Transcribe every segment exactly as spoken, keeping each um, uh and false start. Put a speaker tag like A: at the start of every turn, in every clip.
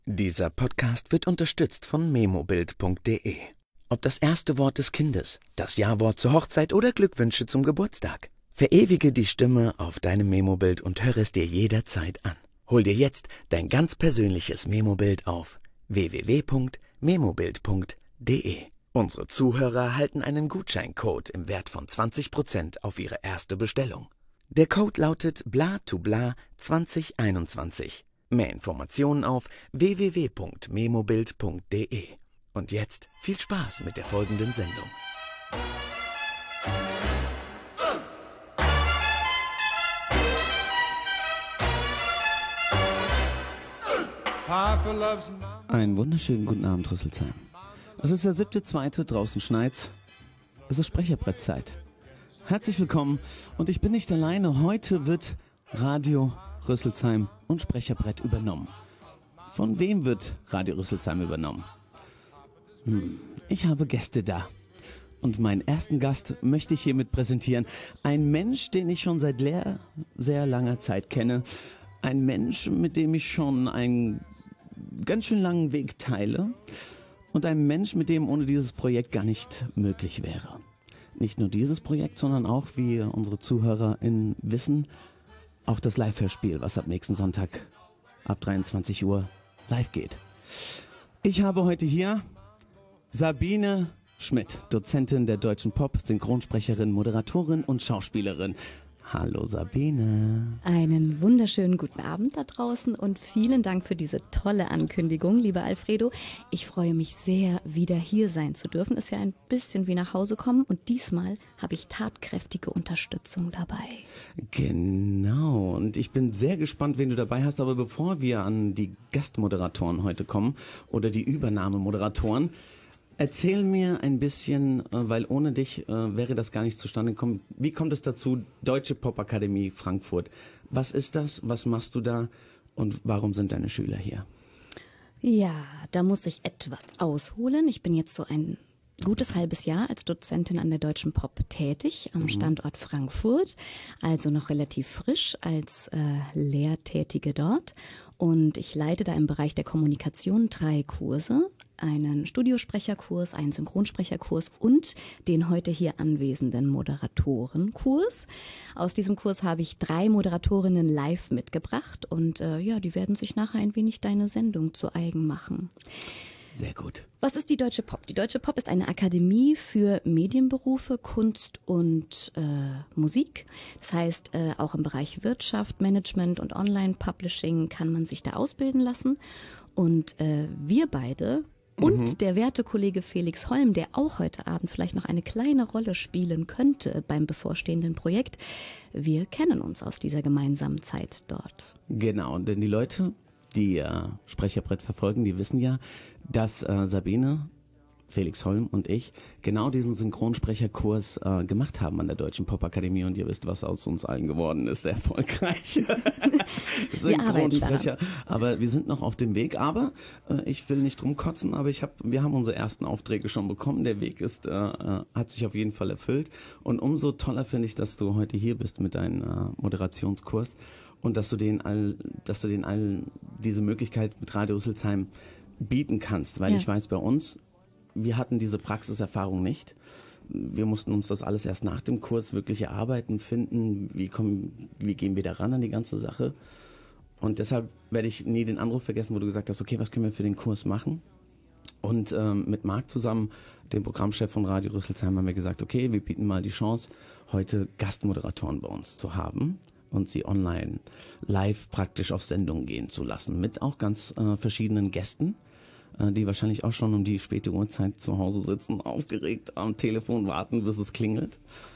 A: Dieser Podcast wird unterstützt von memobild punkt de. Ob das erste Wort des Kindes, das Ja-Wort zur Hochzeit oder Glückwünsche zum Geburtstag. Verewige die Stimme auf deinem Memobild und höre es dir jederzeit an. Hol dir jetzt dein ganz persönliches Memobild auf w w w punkt memobild punkt de. Unsere Zuhörer erhalten einen Gutscheincode im Wert von zwanzig Prozent auf ihre erste Bestellung. Der Code lautet bla to bla zwanzig einundzwanzig. Mehr Informationen auf w w w punkt memobild punkt de. Und jetzt viel Spaß mit der folgenden Sendung.
B: Einen wunderschönen guten Abend, Rüsselsheim. Es ist der siebte zweite, draußen schneit's. Es ist Sprecherbrettzeit. Herzlich willkommen und ich bin nicht alleine. Heute wird Radio Rüsselsheim und Sprecherbrett übernommen. Von wem wird Radio Rüsselsheim übernommen? Hm, ich habe Gäste da. Und meinen ersten Gast möchte ich hiermit präsentieren. Ein Mensch, den ich schon seit leer, sehr langer Zeit kenne. Ein Mensch, mit dem ich schon einen ganz schön langen Weg teile. Und ein Mensch, mit dem ohne dieses Projekt gar nicht möglich wäre. Nicht nur dieses Projekt, sondern auch, wie unsere ZuhörerInnen wissen, auch das Live-Hörspiel, was ab nächsten Sonntag ab dreiundzwanzig Uhr live geht. Ich habe heute hier Sabine Schmidt, Dozentin der Deutschen Pop, Synchronsprecherin, Moderatorin und Schauspielerin. Hallo Sabine.
C: Einen wunderschönen guten Abend da draußen und vielen Dank für diese tolle Ankündigung, lieber Alfredo. Ich freue mich sehr, wieder hier sein zu dürfen. Ist ja ein bisschen wie nach Hause kommen und diesmal habe ich tatkräftige Unterstützung dabei.
B: Genau, und ich bin sehr gespannt, wen du dabei hast. Aber bevor wir an die Gastmoderatoren heute kommen oder die Übernahmemoderatoren, erzähl mir ein bisschen, weil ohne dich äh, wäre das gar nicht zustande gekommen. Wie kommt es dazu, Deutsche Popakademie Frankfurt? Was ist das? Was machst du da? Und warum sind deine Schüler hier?
C: Ja, da muss ich etwas ausholen. Ich bin jetzt so ein gutes halbes Jahr als Dozentin an der Deutschen Pop tätig, am Standort Frankfurt. Also noch relativ frisch als äh, Lehrtätige dort. Und ich leite da im Bereich der Kommunikation drei Kurse. Einen Studiosprecherkurs, einen Synchronsprecherkurs und den heute hier anwesenden Moderatorenkurs. Aus diesem Kurs habe ich drei Moderatorinnen live mitgebracht und äh, ja, die werden sich nachher ein wenig deine Sendung zu eigen machen.
B: Sehr gut.
C: Was ist die Deutsche Pop? Die Deutsche Pop ist eine Akademie für Medienberufe, Kunst und äh, Musik. Das heißt, äh, auch im Bereich Wirtschaft, Management und Online-Publishing kann man sich da ausbilden lassen. Und äh, wir beide und mhm. der werte Kollege Felix Holm, der auch heute Abend vielleicht noch eine kleine Rolle spielen könnte beim bevorstehenden Projekt, wir kennen uns aus dieser gemeinsamen Zeit dort.
B: Genau, denn die Leute, die äh, Sprecherbrett verfolgen, die wissen ja, dass äh, Sabine, Felix Holm und ich genau diesen Synchronsprecherkurs äh, gemacht haben an der Deutschen Popakademie und ihr wisst, was aus uns allen geworden ist, der erfolgreiche Synchronsprecher. Aber wir sind noch auf dem Weg, aber äh, ich will nicht rumkotzen, aber ich hab, wir haben unsere ersten Aufträge schon bekommen, der Weg ist, äh, hat sich auf jeden Fall erfüllt und umso toller finde ich, dass du heute hier bist mit deinem äh, Moderationskurs und dass du den all, dass du den allen diese Möglichkeit mit Radio Rüsselsheim bieten kannst, weil ja. ich weiß, bei uns wir hatten diese Praxiserfahrung nicht. Wir mussten uns das alles erst nach dem Kurs wirklich erarbeiten, finden, wie kommen, wie gehen wir da ran an die ganze Sache. Und deshalb werde ich nie den Anruf vergessen, wo du gesagt hast, okay, was können wir für den Kurs machen? Und ähm, mit Marc zusammen, dem Programmchef von Radio Rüsselsheim, haben wir gesagt, okay, wir bieten mal die Chance, heute Gastmoderatoren bei uns zu haben und sie online live praktisch auf Sendung gehen zu lassen, mit auch ganz äh, verschiedenen Gästen, die wahrscheinlich auch schon um die späte Uhrzeit zu Hause sitzen, aufgeregt am Telefon warten, bis es klingelt.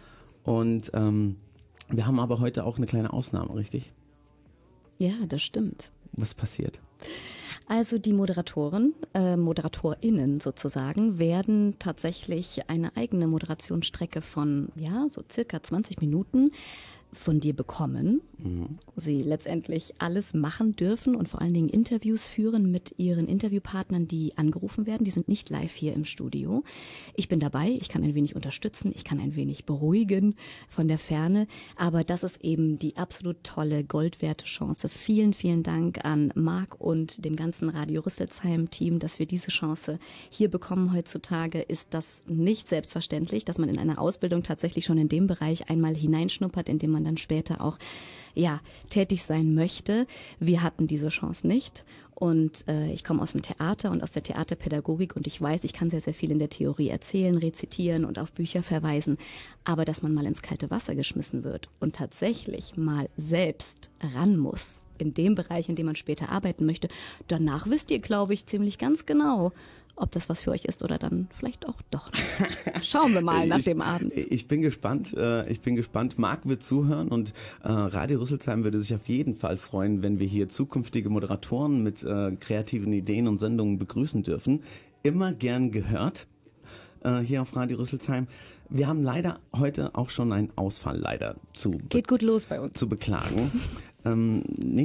B: Und ähm, wir haben aber heute auch eine kleine Ausnahme, richtig?
C: Ja, das stimmt.
B: Was passiert?
C: Also die Moderatoren, äh, ModeratorInnen sozusagen, werden tatsächlich eine eigene Moderationsstrecke von ja so circa zwanzig Minuten von dir bekommen, mhm. wo sie letztendlich alles machen dürfen und vor allen Dingen Interviews führen mit ihren Interviewpartnern, die angerufen werden. Die sind nicht live hier im Studio. Ich bin dabei, ich kann ein wenig unterstützen, ich kann ein wenig beruhigen von der Ferne, aber das ist eben die absolut tolle, goldwerte Chance. Vielen, vielen Dank an Marc und dem ganzen Radio Rüsselsheim-Team, dass wir diese Chance hier bekommen heutzutage. Ist das nicht selbstverständlich, dass man in einer Ausbildung tatsächlich schon in dem Bereich einmal hineinschnuppert, in dem man dann später auch ja, tätig sein möchte. Wir hatten diese Chance nicht und äh, ich komme aus dem Theater und aus der Theaterpädagogik und ich weiß, ich kann sehr, sehr viel in der Theorie erzählen, rezitieren und auf Bücher verweisen, aber dass man mal ins kalte Wasser geschmissen wird und tatsächlich mal selbst ran muss in dem Bereich, in dem man später arbeiten möchte, danach wisst ihr, glaube ich, ziemlich ganz genau, ob das was für euch ist oder dann vielleicht auch doch nicht. Schauen wir mal nach
B: ich,
C: dem Abend.
B: Ich bin gespannt. Äh, ich bin gespannt. Marc wird zuhören und äh, Radio Rüsselsheim würde sich auf jeden Fall freuen, wenn wir hier zukünftige Moderatoren mit äh, kreativen Ideen und Sendungen begrüßen dürfen. Immer gern gehört äh, hier auf Radio Rüsselsheim. Wir haben leider heute auch schon einen Ausfall leider zu
C: Geht gut los bei uns.
B: zu beklagen. Ähm,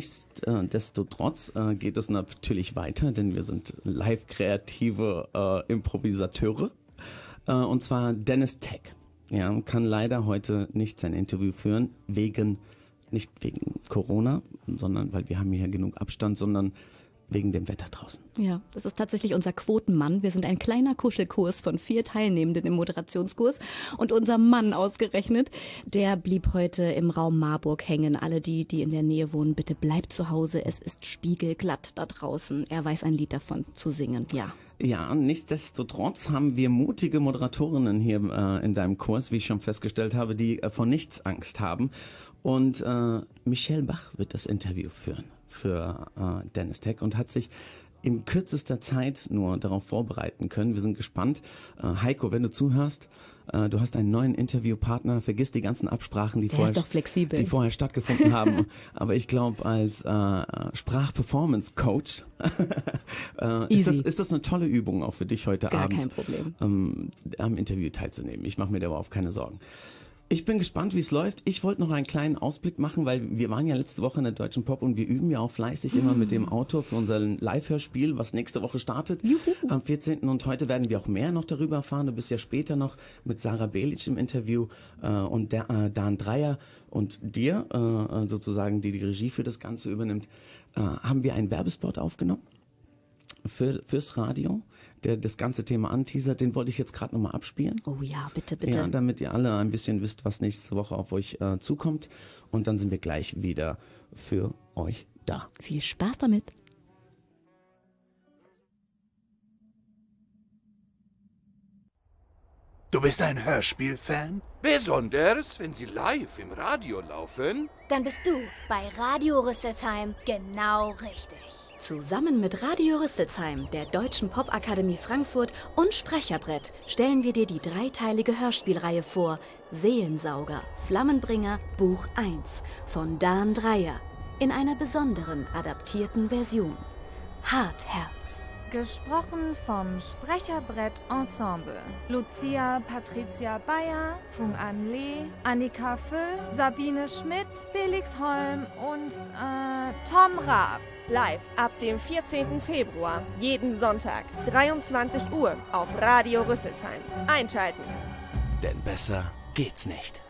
B: nichtsdestotrotz äh, geht es natürlich weiter, denn wir sind live kreative äh, Improvisateure. Äh, und zwar Dennis Tech. Ja, kann leider heute nicht sein Interview führen, wegen, nicht wegen Corona, sondern weil wir haben hier genug Abstand, sondern wegen dem Wetter draußen.
C: Ja, das ist tatsächlich unser Quotenmann. Wir sind ein kleiner Kuschelkurs von vier Teilnehmenden im Moderationskurs und unser Mann ausgerechnet, der blieb heute im Raum Marburg hängen. Alle die, die in der Nähe wohnen, bitte bleibt zu Hause. Es ist spiegelglatt da draußen. Er weiß ein Lied davon zu singen, ja.
B: Ja, nichtsdestotrotz haben wir mutige Moderatorinnen hier äh, in deinem Kurs, wie ich schon festgestellt habe, die äh, vor nichts Angst haben. Und äh, Michelle Bach wird das Interview führen für äh, Dennis Tech und hat sich in kürzester Zeit nur darauf vorbereiten können. Wir sind gespannt. Äh, Heiko, wenn du zuhörst, äh, du hast einen neuen Interviewpartner, vergiss die ganzen Absprachen, die,
C: Der
B: vorher,
C: ist doch flexibel.
B: die vorher stattgefunden haben. Aber ich glaube, als äh, Sprach-Performance-Coach äh, ist, das, ist das eine tolle Übung auch für dich heute
C: Gar
B: Abend,
C: kein Problem.
B: Ähm, am Interview teilzunehmen. Ich mache mir darauf keine Sorgen. Ich bin gespannt, wie es läuft. Ich wollte noch einen kleinen Ausblick machen, weil wir waren ja letzte Woche in der Deutschen Pop und wir üben ja auch fleißig immer mit dem Autor für unser Live-Hörspiel, was nächste Woche startet, Juhu. am vierzehnten Und heute werden wir auch mehr noch darüber erfahren. Du bist ja später noch mit Sarah Belic im Interview äh, und der, äh, Dan Dreier und dir, äh, sozusagen, die die Regie für das Ganze übernimmt, äh, haben wir einen Werbespot aufgenommen für, fürs Radio, der das ganze Thema anteasert. Den wollte ich jetzt gerade nochmal abspielen.
C: Oh ja, bitte, bitte.
B: Ja, damit ihr alle ein bisschen wisst, was nächste Woche auf euch äh, zukommt. Und dann sind wir gleich wieder für euch da.
C: Viel Spaß damit.
D: Du bist ein Hörspiel-Fan? Besonders, wenn sie live im Radio laufen?
E: Dann bist du bei Radio Rüsselsheim genau richtig.
C: Zusammen mit Radio Rüsselsheim, der Deutschen Popakademie Frankfurt und Sprecherbrett stellen wir dir die dreiteilige Hörspielreihe vor. Seelensauger, Flammenbringer, Buch eins von Dan Dreier. In einer besonderen, adaptierten Version. Hartherz.
F: Gesprochen vom Sprecherbrett Ensemble. Lucia Patricia Bayer, Fung An Lee, Annika Füll, Sabine Schmidt, Felix Holm und äh, Tom Raab.
G: Live ab dem vierzehnten Februar, jeden Sonntag, dreiundzwanzig Uhr auf Radio Rüsselsheim. Einschalten.
D: Denn besser geht's nicht.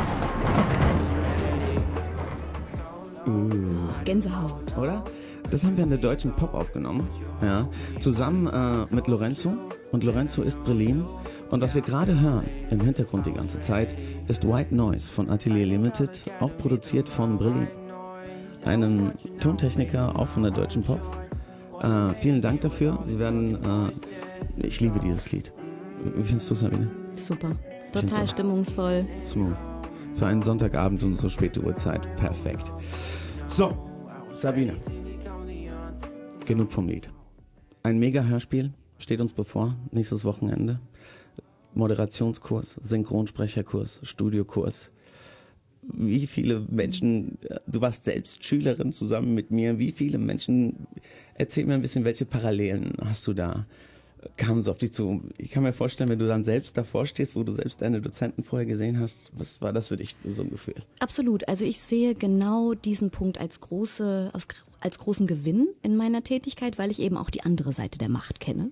B: Uh,
C: Gänsehaut.
B: Oder? Das haben wir in der Deutschen Pop aufgenommen. Ja, zusammen äh, mit Lorenzo. Und Lorenzo ist Berlin. Und was wir gerade hören, im Hintergrund die ganze Zeit, ist White Noise von Atelier Limited, auch produziert von Berlin. Einen Tontechniker, auch von der Deutschen Pop. Äh, vielen Dank dafür. Wir werden, äh, ich liebe dieses Lied. Wie findest du, Sabine?
C: Super. Total stimmungsvoll.
B: Smooth. Für einen Sonntagabend und so späte Uhrzeit. Perfekt. So, Sabine. Genug vom Lied. Ein Mega-Hörspiel steht uns bevor, nächstes Wochenende. Moderationskurs, Synchronsprecherkurs, Studiokurs. Wie viele Menschen, du warst selbst Schülerin zusammen mit mir, wie viele Menschen, erzähl mir ein bisschen, welche Parallelen hast du da kamen so auf dich zu. Ich kann mir vorstellen, wenn du dann selbst davor stehst, wo du selbst deine Dozenten vorher gesehen hast, was war das für dich so ein Gefühl?
C: Absolut. Also ich sehe genau diesen Punkt als große, als, als großen Gewinn in meiner Tätigkeit, weil ich eben auch die andere Seite der Macht kenne.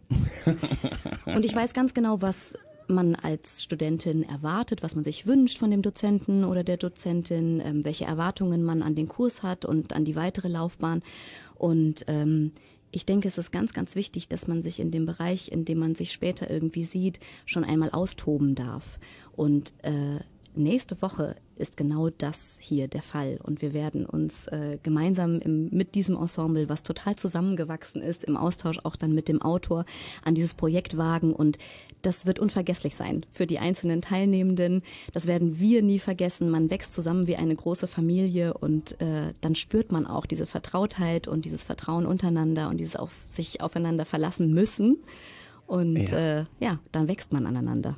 C: Und ich weiß ganz genau, was man als Studentin erwartet, was man sich wünscht von dem Dozenten oder der Dozentin, ähm, welche Erwartungen man an den Kurs hat und an die weitere Laufbahn. Und ähm, ich denke, es ist ganz, ganz wichtig, dass man sich in dem Bereich, in dem man sich später irgendwie sieht, schon einmal austoben darf. Und äh, nächste Woche ist genau das hier der Fall. Und wir werden uns äh, gemeinsam im, mit diesem Ensemble, was total zusammengewachsen ist, im Austausch auch dann mit dem Autor, an dieses Projekt wagen. Und das wird unvergesslich sein für die einzelnen Teilnehmenden. Das werden wir nie vergessen. Man wächst zusammen wie eine große Familie und äh, dann spürt man auch diese Vertrautheit und dieses Vertrauen untereinander und dieses auf sich aufeinander verlassen müssen. Und ja, äh, ja dann wächst man aneinander.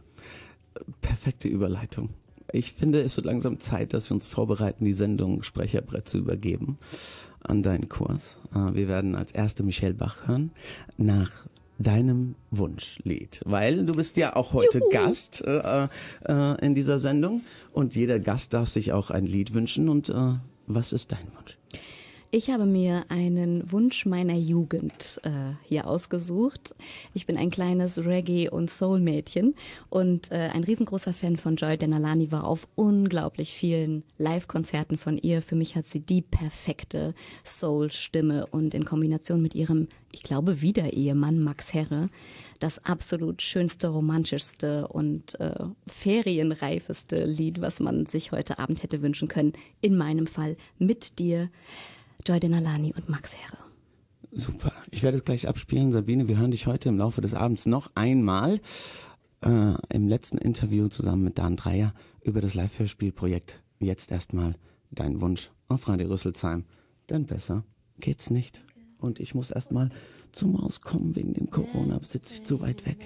B: Perfekte Überleitung. Ich finde, es wird langsam Zeit, dass wir uns vorbereiten, die Sendung Sprecherbrett zu übergeben an deinen Kurs. Wir werden als erste Michelle Bach hören, nach deinem Wunschlied, weil du bist ja auch heute Juhu. Gast äh, äh, in dieser Sendung und jeder Gast darf sich auch ein Lied wünschen. Und äh, was ist dein Wunsch?
C: Ich habe mir einen Wunsch meiner Jugend äh, hier ausgesucht. Ich bin ein kleines Reggae- und Soul-Mädchen und äh, ein riesengroßer Fan von Joy Denalani, war auf unglaublich vielen Live-Konzerten von ihr. Für mich hat sie die perfekte Soul-Stimme und in Kombination mit ihrem, ich glaube, Wiederehemann Max Herre, das absolut schönste, romantischste und äh, ferienreifeste Lied, was man sich heute Abend hätte wünschen können. In meinem Fall mit dir, Joy Denalani und Max Herre.
B: Super. Ich werde es gleich abspielen. Sabine, wir hören dich heute im Laufe des Abends noch einmal äh, im letzten Interview zusammen mit Dan Dreier über das Live-Hörspielprojekt. Jetzt erstmal dein Wunsch auf Radio Rüsselsheim. Denn besser geht's nicht. Und ich muss erstmal zum Haus kommen. Wegen dem Corona sitze ich zu weit weg.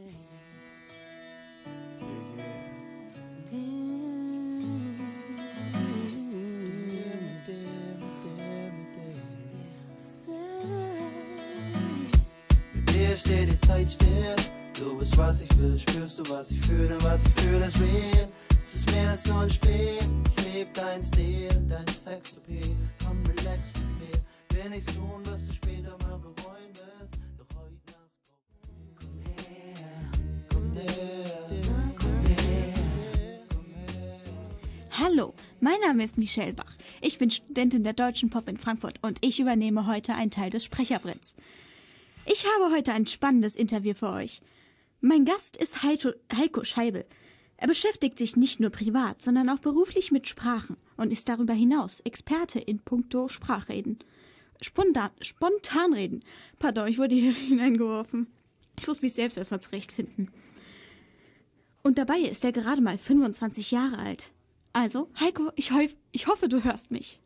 H: Steht die Zeit still. Du bist was ich will, spürst du was ich fühle, was ich fühle ist real. Es ist mehr als nur ein Spiel. Ich lieb dein Stil, dein Sexappeal. Komm relax mit mir, will nichts tun, was du später mal bereuen wirst. Doch heute Nacht komm her, komm her, komm her, komm her.
I: Hallo, mein Name ist Michelle Bach. Ich bin Studentin der Deutschen Pop in Frankfurt und ich übernehme heute einen Teil des Sprecherbretts. Ich habe heute ein spannendes Interview für euch. Mein Gast ist Heiko, Heiko Scheibel. Er beschäftigt sich nicht nur privat, sondern auch beruflich mit Sprachen und ist darüber hinaus Experte in puncto Sprachreden. Spontan, Spontanreden. Pardon, ich wurde hier hineingeworfen. Ich muss mich selbst erstmal zurechtfinden. Und dabei ist er gerade mal fünfundzwanzig Jahre alt. Also, Heiko, ich, ho- ich hoffe, du hörst mich.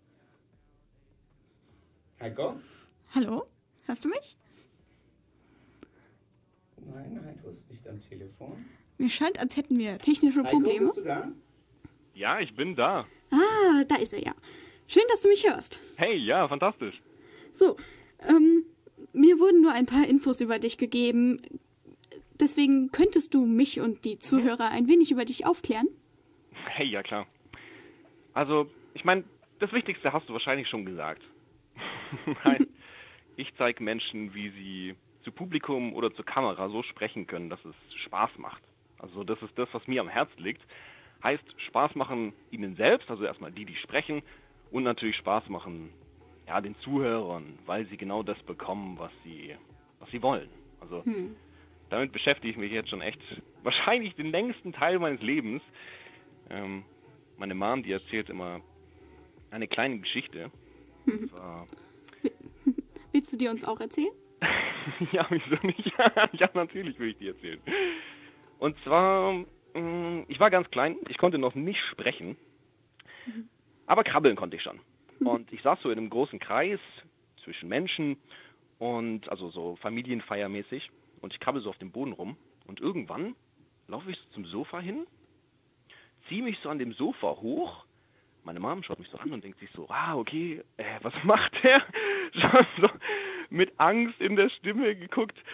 B: Heiko?
I: Hallo? Hörst du mich?
B: Nein, Heiko ist nicht am Telefon.
I: Mir scheint, als hätten wir technische
B: Heiko,
I: Probleme.
B: bist du da?
J: Ja, ich bin da.
I: Ah, da ist er ja. Schön, dass du mich hörst.
J: Hey, ja, fantastisch.
I: So, ähm, mir wurden nur ein paar Infos über dich gegeben. Deswegen könntest du mich und die Zuhörer ein wenig über dich aufklären?
J: Hey, ja klar. Also, ich meine, das Wichtigste hast du wahrscheinlich schon gesagt. Nein, ich zeige Menschen, wie sie zu Publikum oder zur Kamera so sprechen können, dass es Spaß macht. Also das ist das, was mir am Herzen liegt. Heißt, Spaß machen ihnen selbst, also erstmal die, die sprechen, und natürlich Spaß machen, ja, den Zuhörern, weil sie genau das bekommen, was sie, was sie wollen. Also hm. damit beschäftige ich mich jetzt schon echt wahrscheinlich den längsten Teil meines Lebens. Ähm, meine Mom, die erzählt immer eine kleine Geschichte.
I: Hm. War, Willst du die uns auch erzählen?
J: Ja, wieso nicht? Ja, natürlich will ich die erzählen. Und zwar, mh, ich war ganz klein, ich konnte noch nicht sprechen, mhm. aber krabbeln konnte ich schon. Mhm. Und ich saß so in einem großen Kreis zwischen Menschen und, also so familienfeiermäßig, und ich krabbel so auf dem Boden rum. Und irgendwann laufe ich so zum Sofa hin, ziehe mich so an dem Sofa hoch. Meine Mom schaut mich so an und denkt sich so, ah, okay, äh, was macht der? Schon so mit Angst in der Stimme geguckt,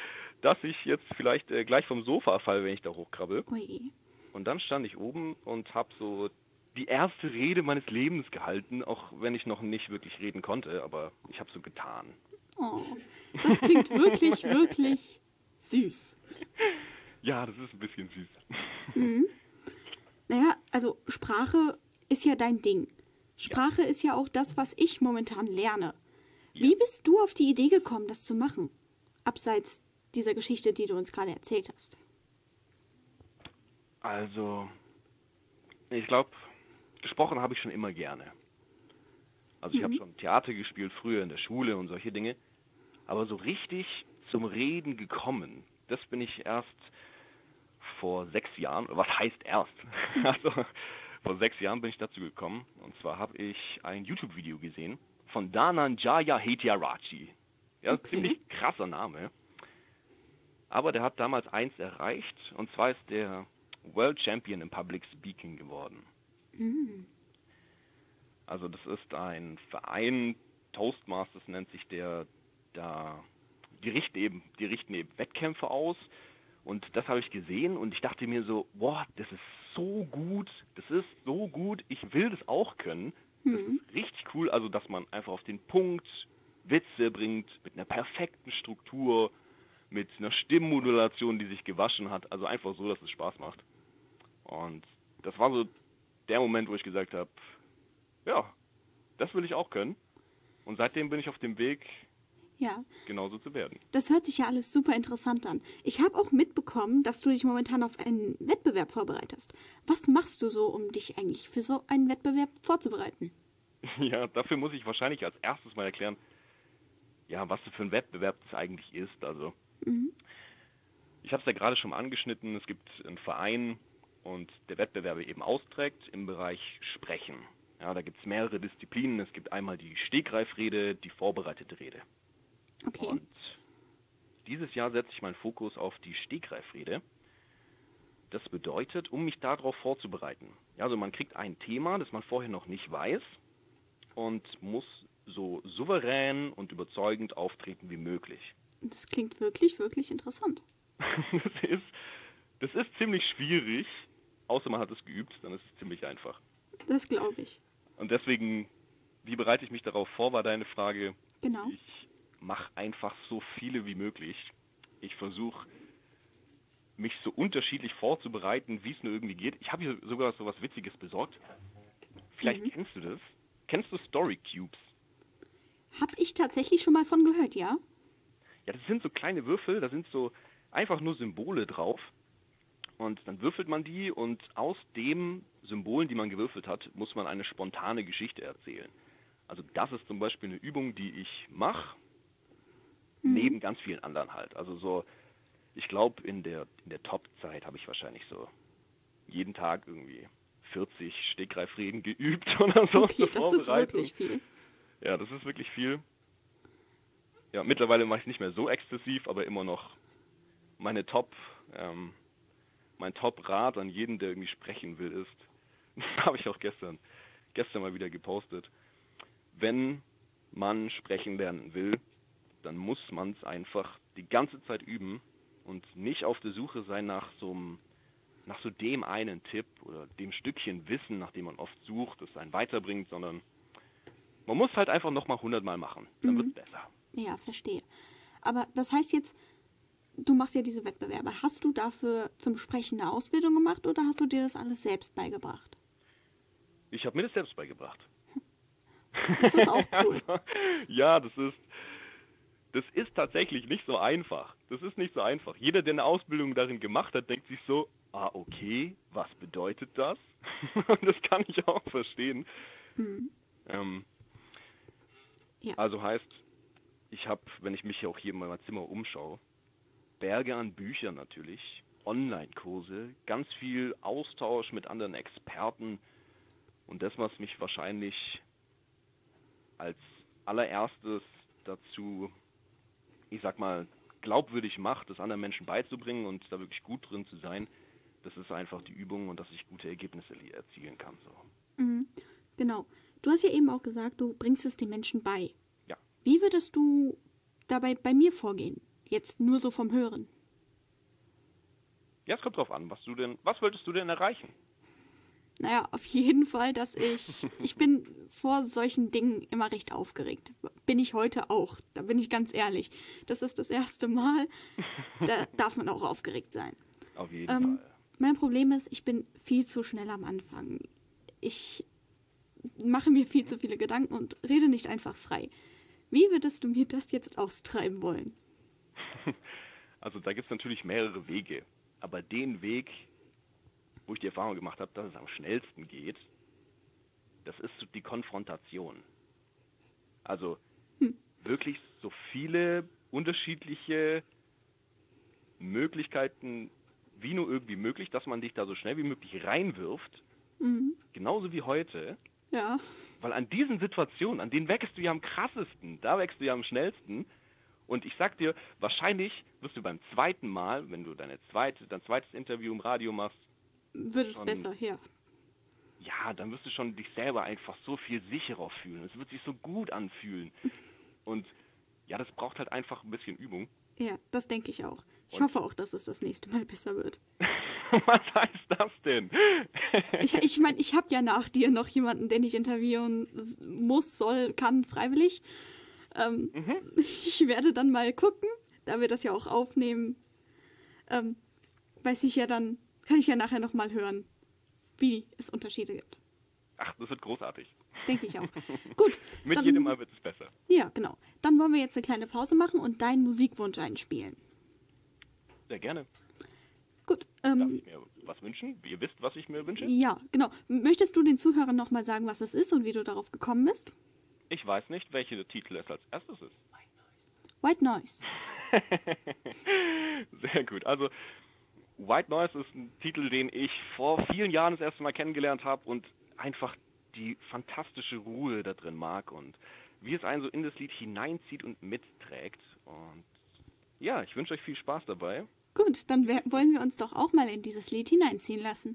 J: dass ich jetzt vielleicht äh, gleich vom Sofa falle, wenn ich da hochkrabbel.
I: Ui.
J: Und dann stand ich oben und habe so die erste Rede meines Lebens gehalten, auch wenn ich noch nicht wirklich reden konnte, aber ich habe so getan.
I: Oh, das klingt wirklich, wirklich süß.
J: Ja, das ist ein bisschen süß.
I: Mhm. Naja, also Sprache ist ja dein Ding. Sprache ja. ist ja auch das, was ich momentan lerne. Ja. Wie bist du auf die Idee gekommen, das zu machen? Abseits dieser Geschichte, die du uns gerade erzählt hast.
J: Also, ich glaube, gesprochen habe ich schon immer gerne. Also ich mhm. habe schon Theater gespielt, früher in der Schule und solche Dinge. Aber so richtig zum Reden gekommen, das bin ich erst vor sechs Jahren, was heißt erst? Also vor sechs Jahren bin ich dazu gekommen. Und zwar habe ich ein YouTube-Video gesehen von Dhananjaya Hettiarachchi. Ja, okay. Ziemlich krasser Name. Aber der hat damals eins erreicht, und zwar ist der World Champion im Public Speaking geworden. Mhm. Also das ist ein Verein, Toastmasters nennt sich der, da die richten eben, die richten eben Wettkämpfe aus, und das habe ich gesehen und ich dachte mir so, boah, das ist so gut, das ist so gut, ich will das auch können. Das mhm. ist richtig cool, also dass man einfach auf den Punkt Witze bringt, mit einer perfekten Struktur, mit einer Stimmmodulation, die sich gewaschen hat, also einfach so, dass es Spaß macht. Und das war so der Moment, wo ich gesagt habe, ja, das will ich auch können. Und seitdem bin ich auf dem Weg,
I: ja,
J: genauso zu werden.
I: Das hört sich ja alles super interessant an. Ich habe auch mitbekommen, dass du dich momentan auf einen Wettbewerb vorbereitest. Was machst du so, um dich eigentlich für so einen Wettbewerb vorzubereiten?
J: Ja, dafür muss ich wahrscheinlich als erstes mal erklären, ja, was für ein Wettbewerb das eigentlich ist. Also, mhm. ich habe es ja gerade schon mal angeschnitten, es gibt einen Verein und der Wettbewerbe eben austrägt im Bereich Sprechen. Ja, da gibt es mehrere Disziplinen. Es gibt einmal die Stegreifrede, die vorbereitete Rede.
I: Okay.
J: Und dieses Jahr setze ich meinen Fokus auf die Stegreifrede. Das bedeutet, um mich darauf vorzubereiten. Ja, also man kriegt ein Thema, das man vorher noch nicht weiß, und muss so souverän und überzeugend auftreten wie möglich.
I: Das klingt wirklich, wirklich interessant.
J: das, ist, das ist ziemlich schwierig, außer man hat es geübt, dann ist es ziemlich einfach.
I: Das glaube ich.
J: Und deswegen, wie bereite ich mich darauf vor, war deine Frage.
I: Genau.
J: Ich mache einfach so viele wie möglich. Ich versuche, mich so unterschiedlich vorzubereiten, wie es nur irgendwie geht. Ich habe hier sogar so was Witziges besorgt. Vielleicht mhm. kennst du das. Kennst du Story Cubes?
I: Habe ich tatsächlich schon mal von gehört, ja?
J: Ja, das sind so kleine Würfel, da sind so einfach nur Symbole drauf. Und dann würfelt man die, und aus den Symbolen, die man gewürfelt hat, muss man eine spontane Geschichte erzählen. Also das ist zum Beispiel eine Übung, die ich mache, mhm. neben ganz vielen anderen halt. Also so, ich glaube, in der, in der Top-Zeit habe ich wahrscheinlich so jeden Tag irgendwie vierzig Stegreifreden geübt oder so.
I: Okay, das ist wirklich viel.
J: Ja, das ist wirklich viel. Ja, mittlerweile mache ich es nicht mehr so exzessiv, aber immer noch meine Top, ähm, mein Top-Rat an jeden, der irgendwie sprechen will, ist, habe ich auch gestern, gestern mal wieder gepostet. Wenn man sprechen lernen will, dann muss man es einfach die ganze Zeit üben und nicht auf der Suche sein nach so einem, nach so dem einen Tipp oder dem Stückchen Wissen, nach dem man oft sucht, das einen weiterbringt, sondern man muss halt einfach nochmal hundertmal machen, dann mhm. wird es besser.
I: Ja, verstehe. Aber das heißt jetzt, du machst ja diese Wettbewerbe. Hast du dafür zum Sprechen eine Ausbildung gemacht oder hast du dir das alles selbst beigebracht?
J: Ich habe mir das selbst beigebracht.
I: Das ist auch cool.
J: Ja, das ist, das ist tatsächlich nicht so einfach. Das ist nicht so einfach. Jeder, der eine Ausbildung darin gemacht hat, denkt sich so, ah, okay, was bedeutet das? Das kann ich auch verstehen. Hm. Ähm,
I: ja.
J: Also heißt, ich habe, wenn ich mich hier auch hier in meinem Zimmer umschaue, Berge an Büchern natürlich, Online-Kurse, ganz viel Austausch mit anderen Experten, und das, was mich wahrscheinlich als allererstes dazu, ich sag mal, glaubwürdig macht, das anderen Menschen beizubringen und da wirklich gut drin zu sein, das ist einfach die Übung und dass ich gute Ergebnisse erzielen kann. So.
I: Mhm, genau. Du hast ja eben auch gesagt, du bringst es den Menschen bei.
J: Ja.
I: Wie würdest du dabei bei mir vorgehen? Jetzt nur so vom Hören.
J: Ja, es kommt drauf an, was du denn, was wolltest du denn erreichen?
I: Naja, auf jeden Fall, dass ich, ich bin vor solchen Dingen immer recht aufgeregt. Bin ich heute auch, da bin ich ganz ehrlich. Das ist das erste Mal, da darf man auch aufgeregt sein.
J: Auf jeden
I: ähm,
J: Fall.
I: Mein Problem ist, ich bin viel zu schnell am Anfang. Ich mache mir viel zu viele Gedanken und rede nicht einfach frei. Wie würdest du mir das jetzt austreiben wollen?
J: Also da gibt es natürlich mehrere Wege. Aber den Weg, wo ich die Erfahrung gemacht habe, dass es am schnellsten geht, das ist die Konfrontation. Also hm. wirklich so viele unterschiedliche Möglichkeiten wie nur irgendwie möglich, dass man dich da so schnell wie möglich reinwirft. Mhm. Genauso wie heute.
I: Ja.
J: Weil an diesen Situationen, an denen wächst du ja am krassesten, da wächst du ja am schnellsten. Und ich sag dir, wahrscheinlich wirst du beim zweiten Mal, wenn du deine zweite, dein zweites Interview im Radio machst,
I: wird es schon besser, ja.
J: Ja, dann wirst du schon dich selber einfach so viel sicherer fühlen. Es wird sich so gut anfühlen. Und ja, das braucht halt einfach ein bisschen Übung.
I: Ja, das denke ich auch. Ich Und? hoffe auch, dass es das nächste Mal besser wird.
J: Was heißt das denn?
I: ich ich meine, ich habe ja nach dir noch jemanden, den ich interviewen muss, soll, kann, freiwillig. Ähm, mhm. Ich werde dann mal gucken, da wir das ja auch aufnehmen, ähm, weiß ich ja dann, kann ich ja nachher nochmal hören, wie es Unterschiede gibt.
J: Ach, das wird großartig.
I: Denke ich auch. Gut.
J: Mit
I: dann,
J: jedem Mal wird es besser.
I: Ja, genau. Dann wollen wir jetzt eine kleine Pause machen und deinen Musikwunsch einspielen.
J: Sehr gerne.
I: Gut.
J: Ähm, Darf ich mir was wünschen? Ihr wisst, was ich mir wünsche?
I: Ja, genau. Möchtest du den Zuhörern nochmal sagen, was es ist und wie du darauf gekommen bist?
J: Ich weiß nicht, welche Titel es als erstes ist.
I: White Noise.
J: Sehr gut. Also White Noise ist ein Titel, den ich vor vielen Jahren das erste Mal kennengelernt habe und einfach die fantastische Ruhe da drin mag und wie es einen so in das Lied hineinzieht und mitträgt. Und ja, ich wünsche euch viel Spaß dabei.
I: Gut, dann wollen wir uns doch auch mal in dieses Lied hineinziehen lassen.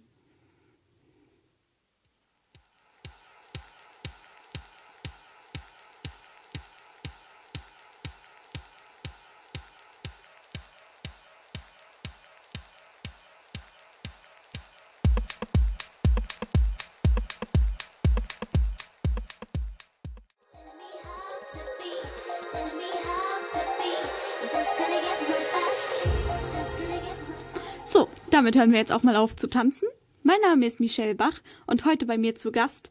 I: So, damit hören wir jetzt auch mal auf zu tanzen. Mein Name ist Michelle Bach und heute bei mir zu Gast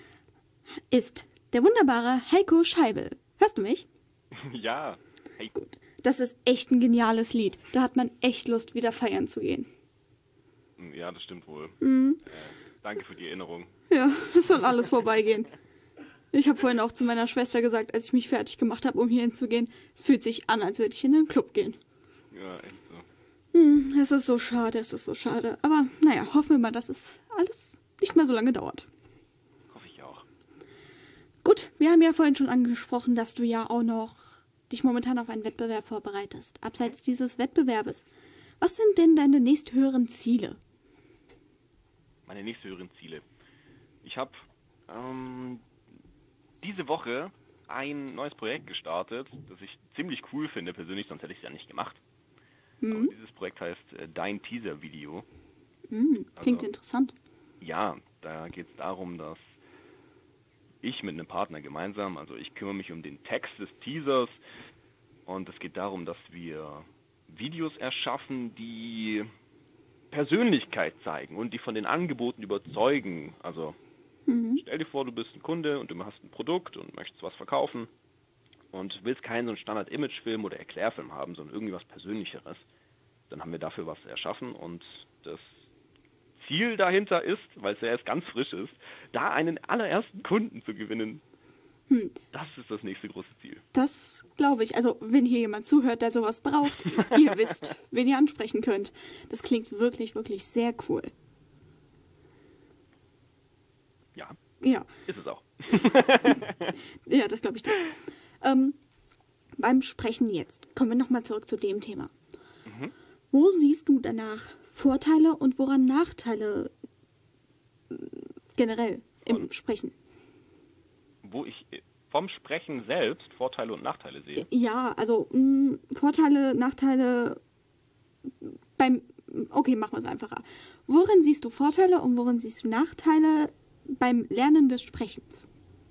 I: ist der wunderbare Heiko Scheibel. Hörst du mich?
J: Ja, hey.
I: Gut. Das ist echt ein geniales Lied. Da hat man echt Lust, wieder feiern zu gehen.
J: Ja, das stimmt wohl.
I: Mhm.
J: Äh, danke für die Erinnerung.
I: Ja, es soll alles vorbeigehen. Ich habe vorhin auch zu meiner Schwester gesagt, als ich mich fertig gemacht habe, um hier hinzugehen, es fühlt sich an, als würde ich in den Club gehen.
J: Ja, echt so.
I: Hm, es ist so schade, es ist so schade. Aber naja, hoffen wir mal, dass es alles nicht mehr so lange dauert.
J: Hoffe ich auch.
I: Gut, wir haben ja vorhin schon angesprochen, dass du ja auch noch dich momentan auf einen Wettbewerb vorbereitest. Abseits dieses Wettbewerbes. Was sind denn deine nächsthöheren Ziele?
J: Meine nächsthöheren Ziele. Ich habe ähm, diese Woche ein neues Projekt gestartet, das ich ziemlich cool finde persönlich, sonst hätte ich es ja nicht gemacht. Mhm. Aber dieses Projekt heißt äh, Dein Teaser-Video.
I: Mhm, klingt also, interessant.
J: Ja, da geht es darum, dass ich mit einem Partner gemeinsam, also ich kümmere mich um den Text des Teasers und es geht darum, dass wir Videos erschaffen, die Persönlichkeit zeigen und die von den Angeboten überzeugen. Also mhm. stell dir vor, du bist ein Kunde und du hast ein Produkt und möchtest was verkaufen und willst keinen so einen Standard-Image-Film oder Erklärfilm haben, sondern irgendwie was Persönlicheres. Dann haben wir dafür was erschaffen und das Ziel dahinter ist, weil es ja erst ganz frisch ist, da einen allerersten Kunden zu gewinnen. Hm. Das ist das nächste große Ziel.
I: Das glaube ich. Also wenn hier jemand zuhört, der sowas braucht, ihr wisst, wen ihr ansprechen könnt. Das klingt wirklich, wirklich sehr cool.
J: Ja.
I: Ja.
J: Ist es auch.
I: Ja, das glaube ich dir. Ähm, beim Sprechen jetzt kommen wir nochmal zurück zu dem Thema. Mhm. Wo siehst du danach Vorteile und woran Nachteile generell im Von, Sprechen?
J: Wo ich vom Sprechen selbst Vorteile und Nachteile sehe?
I: Ja, also mh, Vorteile, Nachteile beim okay, machen wir es einfacher. Worin siehst du Vorteile und worin siehst du Nachteile beim Lernen des Sprechens?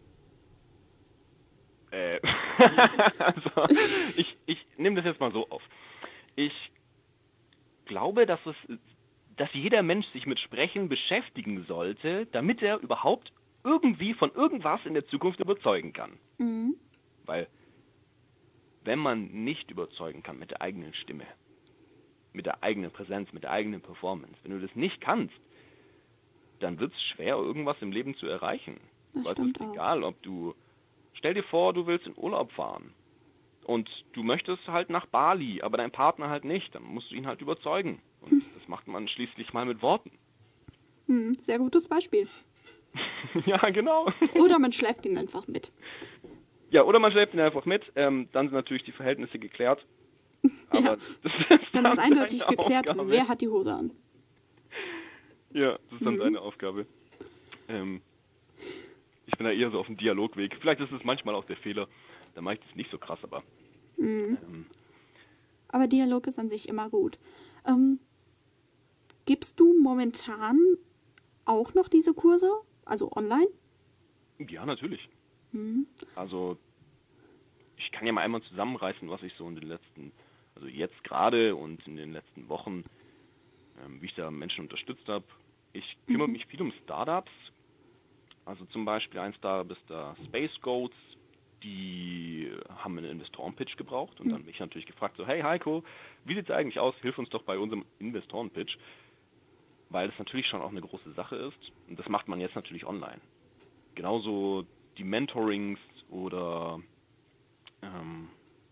J: Äh, also, ich, ich nehme das jetzt mal so auf. Ich glaube, dass es, dass jeder Mensch sich mit Sprechen beschäftigen sollte, damit er überhaupt irgendwie von irgendwas in der Zukunft überzeugen kann.
I: Mhm.
J: Weil, wenn man nicht überzeugen kann mit der eigenen Stimme, mit der eigenen Präsenz, mit der eigenen Performance, wenn du das nicht kannst, dann wird es schwer, irgendwas im Leben zu erreichen.
I: Das
J: Weil
I: stimmt
J: es ist
I: auch.
J: egal, ob du, stell dir vor, du willst in Urlaub fahren und du möchtest halt nach Bali, aber dein Partner halt nicht, dann musst du ihn halt überzeugen. Und das macht man schließlich mal mit Worten.
I: Hm, sehr gutes Beispiel.
J: Ja, genau.
I: Oder man schläft ihn einfach mit.
J: Ja, oder man schleppt ihn einfach mit, ähm, dann sind natürlich die Verhältnisse geklärt. Aber
I: Ja.
J: das ist
I: Dann
J: dann
I: ist eindeutig
J: deine
I: geklärt,
J: Aufgabe.
I: wer hat die Hose an.
J: Ja, das ist dann
I: Mhm.
J: deine Aufgabe. Ähm, ich bin da eher so auf dem Dialogweg. Vielleicht ist es manchmal auch der Fehler. Da mache ich das nicht so krass, aber
I: Mhm.
J: ähm,
I: Aber Dialog ist an sich immer gut. Ähm, gibst du momentan auch noch diese Kurse? Also online?
J: ja, natürlich.
I: Mhm.
J: Also ich kann ja mal einmal zusammenreißen, was ich so in den letzten, also jetzt gerade und in den letzten Wochen, ähm, wie ich da Menschen unterstützt habe. Ich kümmere
I: Mhm.
J: mich viel um Startups. Also zum Beispiel ein Startup ist da Space Goats. Die haben einen Investoren-Pitch gebraucht und
I: Mhm.
J: dann mich natürlich gefragt, so, hey Heiko, wie sieht es eigentlich aus? Hilf uns doch bei unserem Investoren-Pitch. Weil das natürlich schon auch eine große Sache ist und das macht man jetzt natürlich online. Genauso die Mentorings oder ähm,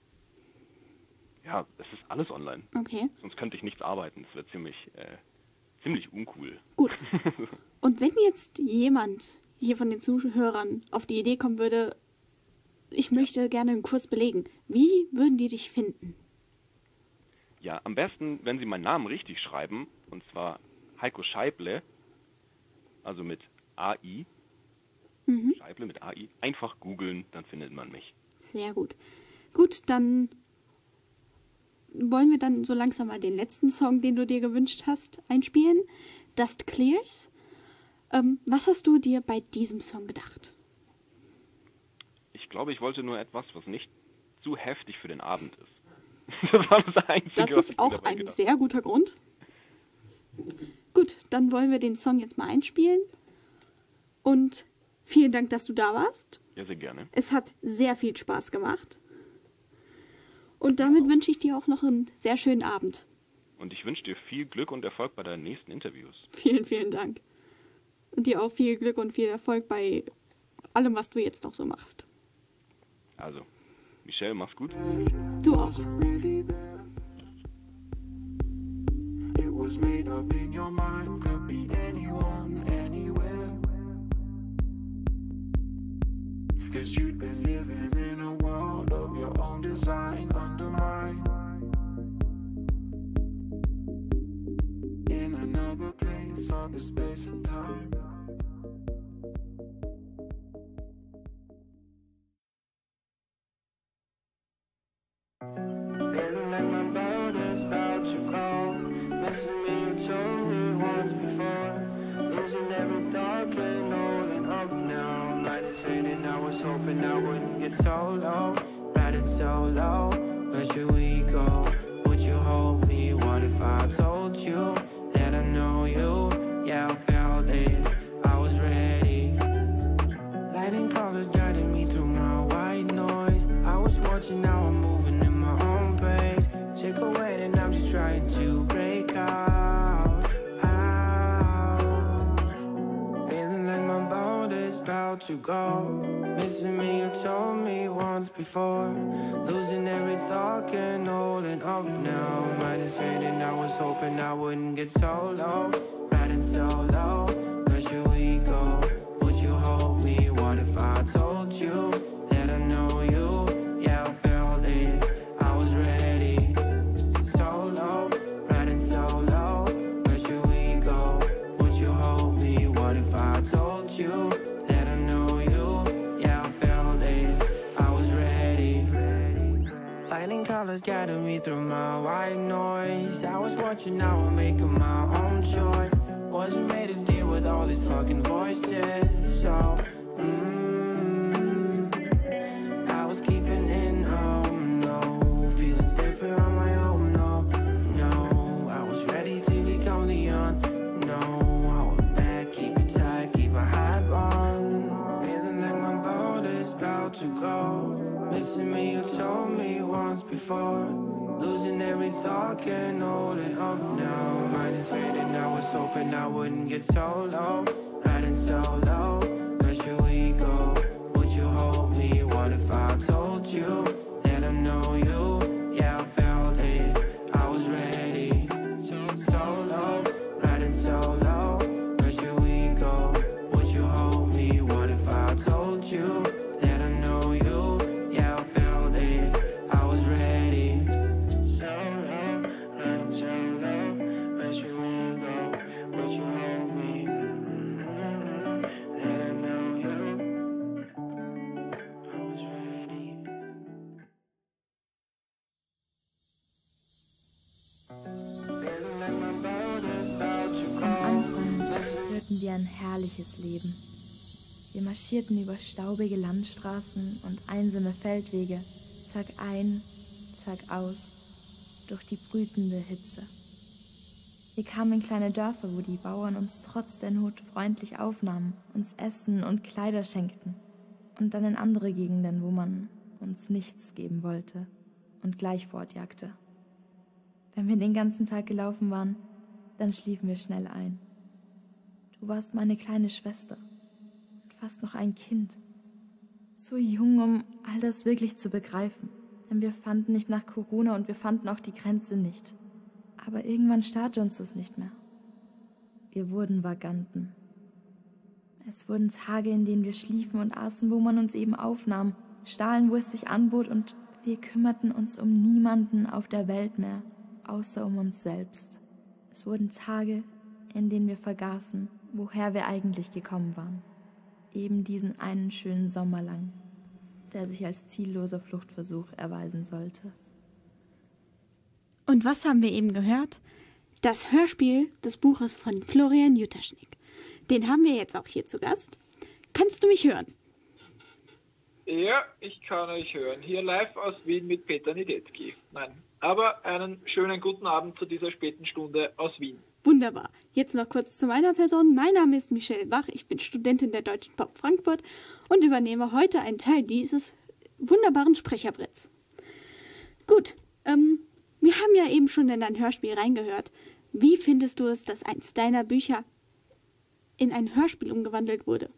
J: ja, es ist alles online.
I: Okay.
J: Sonst könnte ich nichts arbeiten. Das wäre ziemlich, äh, ziemlich uncool.
I: Gut. Und wenn jetzt jemand hier von den Zuhörern auf die Idee kommen würde, ich möchte gerne einen Kurs belegen, wie würden die dich finden?
J: Ja, am besten, wenn Sie meinen Namen richtig schreiben, und zwar Heiko Scheible, also mit A I,
I: Mhm.
J: Scheible mit A I, einfach googeln, dann findet man mich.
I: Sehr gut. Gut, dann wollen wir dann so langsam mal den letzten Song, den du dir gewünscht hast, einspielen. Dust Clears. Ähm, was hast du dir bei diesem Song gedacht?
J: Ich glaube, ich wollte nur etwas, was nicht zu heftig für den Abend ist. Das war das Einzige,
I: Das
J: was
I: ist
J: ich mir
I: auch
J: dabei
I: ein
J: gedacht
I: sehr guter Grund. Gut, dann wollen wir den Song jetzt mal einspielen. Und vielen Dank, dass du da warst.
J: habe. Ja, sehr gerne.
I: Es hat sehr viel Spaß gemacht. Und damit wünsche ich dir auch noch einen sehr schönen Abend.
J: Und ich wünsche dir viel Glück und Erfolg bei deinen nächsten Interviews.
I: Vielen, vielen Dank. Und dir auch viel Glück und viel Erfolg bei allem, was du jetzt noch so machst.
J: Also, Michelle, mach's gut.
I: Du auch.
K: It was made up in your mind, could be anyone, anywhere. Cause you'd been living in a world of your own design, under mine. In another place, other space and time.
H: Feeling like my boat is about to go. Missing me, you told me once before. Losing every thought, getting old and up now. Light is fading, I was hoping I wouldn't get so low. Riding so low, where should we go? Would you hold me? What if I told you that I know you? Yeah, I felt it, I was ready. Lightning colors guiding me through my white noise. I was watching, now I'm moving in my own pace. Take away, and I'm just trying to break out, out. Feeling like my boat is about to go. Missing me, you told me once before. Losing every thought, getting old and up now. Might is fading, I was hoping I wouldn't get so low. Riding so low, where should we go? Would you hold me? What if I told you that I know you? Yeah, I felt it, I was ready. So low, riding so low, where should we go? Would you hold me? What if I told you that I know you? Yeah, I felt it, I was ready. Lightning colors was guiding me through my white noise. I was watching, now I'm making my own choice. Wasn't made to deal with all these fucking voices. So, mm, I was keeping in, oh no, feeling safer on my own, no, no. I was ready to become the unknown. Hold it back, keep it tight, keep my hype on. Feeling like my boat is about to go. Missing me, you told me once before. Losing every thought, can't hold it up now. Mind is faded, now I was hoping I wouldn't get so low. Riding solo, where should we go? Would you hold me? What if I told you that I know you? Yeah, I felt it, I was ready. Solo, riding solo, where should we go? Would you hold me? What if I told you that I know you? Yeah, I felt it, I was ready. Solo, riding solo, where should we go? Would you hold me? That I know you. I was ready. Feeling like my boat is about to go.
F: Am Anfang führten wir ein herrliches Leben. Wir marschierten über staubige Landstraßen und einsame Feldwege, Tag ein, Tag aus, durch die brütende Hitze. Wir kamen in kleine Dörfer, wo die Bauern uns trotz der Not freundlich aufnahmen, uns Essen und Kleider schenkten. Und dann in andere Gegenden, wo man uns nichts geben wollte und gleich fortjagte. Wenn wir den ganzen Tag gelaufen waren, dann schliefen wir schnell ein. Du warst meine kleine Schwester und fast noch ein Kind. Zu jung, um all das wirklich zu begreifen. Denn wir fanden nicht nach Corona und wir fanden auch die Grenze nicht. Aber irgendwann starrte uns das nicht mehr. Wir wurden Vaganten. Es wurden Tage, in denen wir schliefen und aßen, wo man uns eben aufnahm, stahlen, wo es sich anbot, und wir kümmerten uns um niemanden auf der Welt mehr, außer um uns selbst. Es wurden Tage, in denen wir vergaßen, woher wir eigentlich gekommen waren. Eben diesen einen schönen Sommer lang, der sich als zielloser Fluchtversuch erweisen sollte.
I: Und was haben wir eben gehört? Das Hörspiel des Buches von Florian Jutaschnik. Den haben wir jetzt auch hier zu Gast. Kannst du mich hören?
L: Ja, ich kann euch hören. Hier live aus Wien mit Peter Niedetzky. Nein, aber einen schönen guten Abend zu dieser späten Stunde aus Wien.
I: Wunderbar. Jetzt noch kurz zu meiner Person. Mein Name ist Michelle Bach. Ich bin Studentin der Deutschen Pop Frankfurt und übernehme heute einen Teil dieses wunderbaren Sprecherbretts. Gut, ähm, wir haben ja eben schon in dein Hörspiel reingehört. Wie findest du es, dass eins deiner Bücher in ein Hörspiel umgewandelt wurde?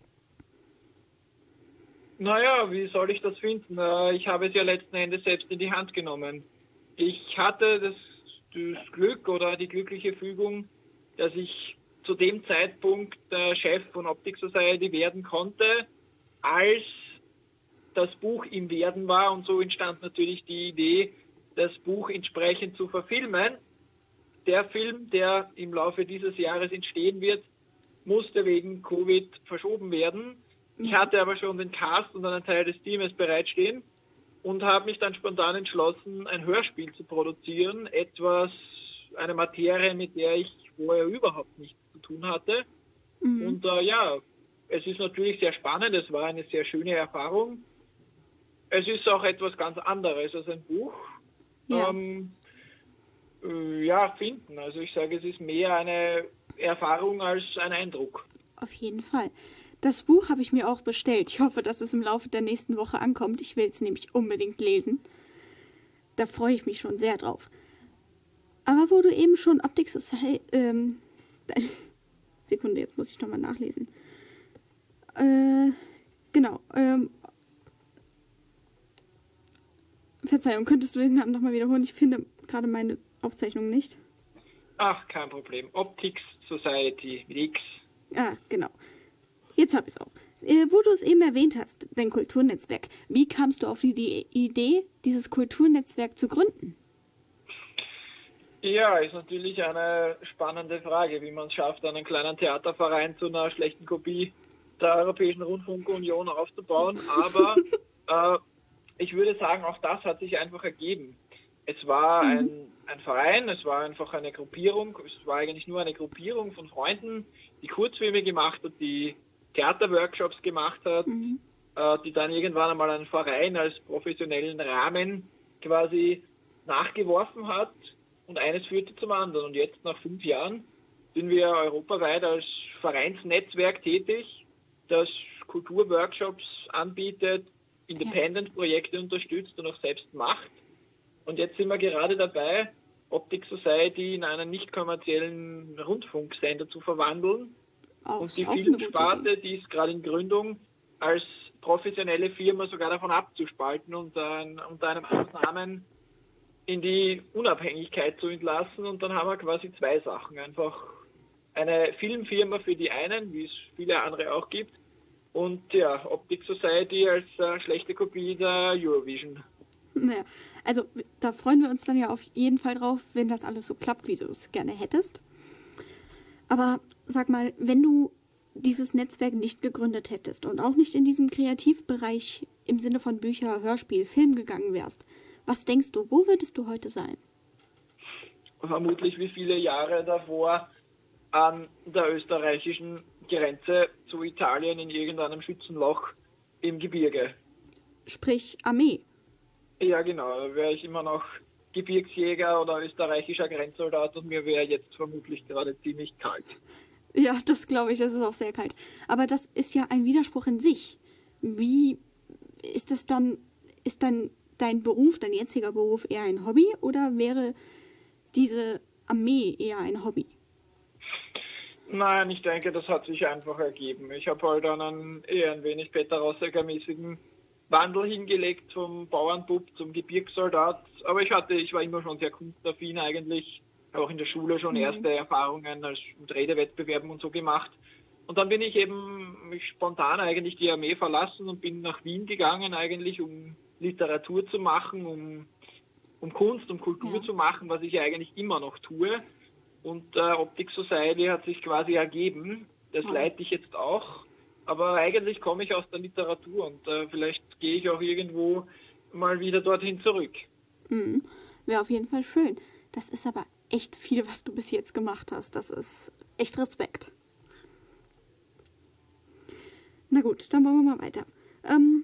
L: Naja, wie soll ich das finden? Ich habe es ja letzten Endes selbst in die Hand genommen. Ich hatte das, das Glück oder die glückliche Fügung, dass ich zu dem Zeitpunkt der Chef von Optic Society werden konnte, als das Buch im Werden war, und so entstand natürlich die Idee, das Buch entsprechend zu verfilmen. Der Film, der im Laufe dieses Jahres entstehen wird, musste wegen Covid verschoben werden. Ich hatte aber schon den Cast und einen Teil des Teams bereitstehen und habe mich dann spontan entschlossen, ein Hörspiel zu produzieren. Etwas, eine Materie, mit der ich vorher überhaupt nichts zu tun hatte. Mhm. Und äh, ja, es ist natürlich sehr spannend, es war eine sehr schöne Erfahrung. Es ist auch etwas ganz anderes als ein Buch. Ja, ähm, äh, ja finden. Also ich sage, es ist mehr eine Erfahrung als ein Eindruck.
I: Auf jeden Fall. Das Buch habe ich mir auch bestellt. Ich hoffe, dass es im Laufe der nächsten Woche ankommt. Ich will es nämlich unbedingt lesen. Da freue ich mich schon sehr drauf. Aber wo du eben schon Optic Society... Ähm, Sekunde, jetzt muss ich nochmal nachlesen. Äh, genau. Ähm, Verzeihung, könntest du den Namen nochmal wiederholen? Ich finde gerade meine Aufzeichnung nicht.
L: Ach, kein Problem. Optic Society mit X.
I: Ah, genau. Jetzt habe ich es auch. Äh, wo du es eben erwähnt hast, dein Kulturnetzwerk. Wie kamst du auf die, die Idee, dieses Kulturnetzwerk zu gründen?
L: Ja, ist natürlich eine spannende Frage, wie man es schafft, einen kleinen Theaterverein zu einer schlechten Kopie der Europäischen Rundfunkunion aufzubauen. Aber äh, ich würde sagen, auch das hat sich einfach ergeben. Es war
I: Mhm.
L: ein, ein Verein, es war einfach eine Gruppierung, es war eigentlich nur eine Gruppierung von Freunden, die Kurzfilme gemacht hat, die Theaterworkshops gemacht hat,
I: Mhm.
L: äh, die dann irgendwann einmal einen Verein als professionellen Rahmen quasi nachgeworfen hat und eines führte zum anderen. Und jetzt nach fünf Jahren sind wir europaweit als Vereinsnetzwerk tätig, das Kulturworkshops anbietet, Independent-Projekte unterstützt und auch selbst macht. Und jetzt sind wir gerade dabei, Optic Society in einen nicht kommerziellen Rundfunksender zu verwandeln.
I: Auch,
L: und die
I: auch eine gute
L: Filmsparte, die ist gerade in Gründung, als professionelle Firma sogar davon abzuspalten und dann unter einem anderen Namen in die Unabhängigkeit zu entlassen. Und dann haben wir quasi zwei Sachen. Einfach eine Filmfirma für die einen, wie es viele andere auch gibt, und ja, Optic Society als äh, schlechte Kopie der Eurovision.
I: Naja, also da freuen wir uns dann ja auf jeden Fall drauf, wenn das alles so klappt, wie du es gerne hättest. Aber sag mal, wenn du dieses Netzwerk nicht gegründet hättest und auch nicht in diesem Kreativbereich im Sinne von Bücher, Hörspiel, Film gegangen wärst, was denkst du, wo würdest du heute sein?
L: Vermutlich wie viele Jahre davor an der österreichischen Grenze zu Italien in irgendeinem Schützenloch im Gebirge.
I: Sprich Armee.
L: Ja, genau. Da wäre ich immer noch Gebirgsjäger oder österreichischer Grenzsoldat und mir wäre jetzt vermutlich gerade ziemlich kalt.
I: Ja, das glaube ich, das ist auch sehr kalt. Aber das ist ja ein Widerspruch in sich. Wie ist das dann, ist dann dein Beruf, dein jetziger Beruf eher ein Hobby oder wäre diese Armee eher ein Hobby?
L: Nein, ich denke, das hat sich einfach ergeben. Ich habe halt einen eher ein wenig Peter Rossecker-mäßigen Wandel hingelegt vom Bauernbub zum Gebirgssoldat. Aber ich hatte, ich war immer schon sehr kunstaffin eigentlich, auch in der Schule schon
I: Mhm.
L: erste Erfahrungen als mit Redewettbewerben und so gemacht. Und dann bin ich eben spontan eigentlich die Armee verlassen und bin nach Wien gegangen eigentlich, um Literatur zu machen, um, um Kunst, um Kultur
I: Ja.
L: zu machen, was ich ja eigentlich immer noch tue. Und äh, Optic Society hat sich quasi ergeben. Das
I: Ja.
L: leite ich jetzt auch. Aber eigentlich komme ich aus der Literatur und äh, vielleicht gehe ich auch irgendwo mal wieder dorthin zurück.
I: Mhm. Wäre auf jeden Fall schön. Das ist aber echt viel, was du bis jetzt gemacht hast. Das ist echt Respekt. Na gut, dann wollen wir mal weiter. Ähm,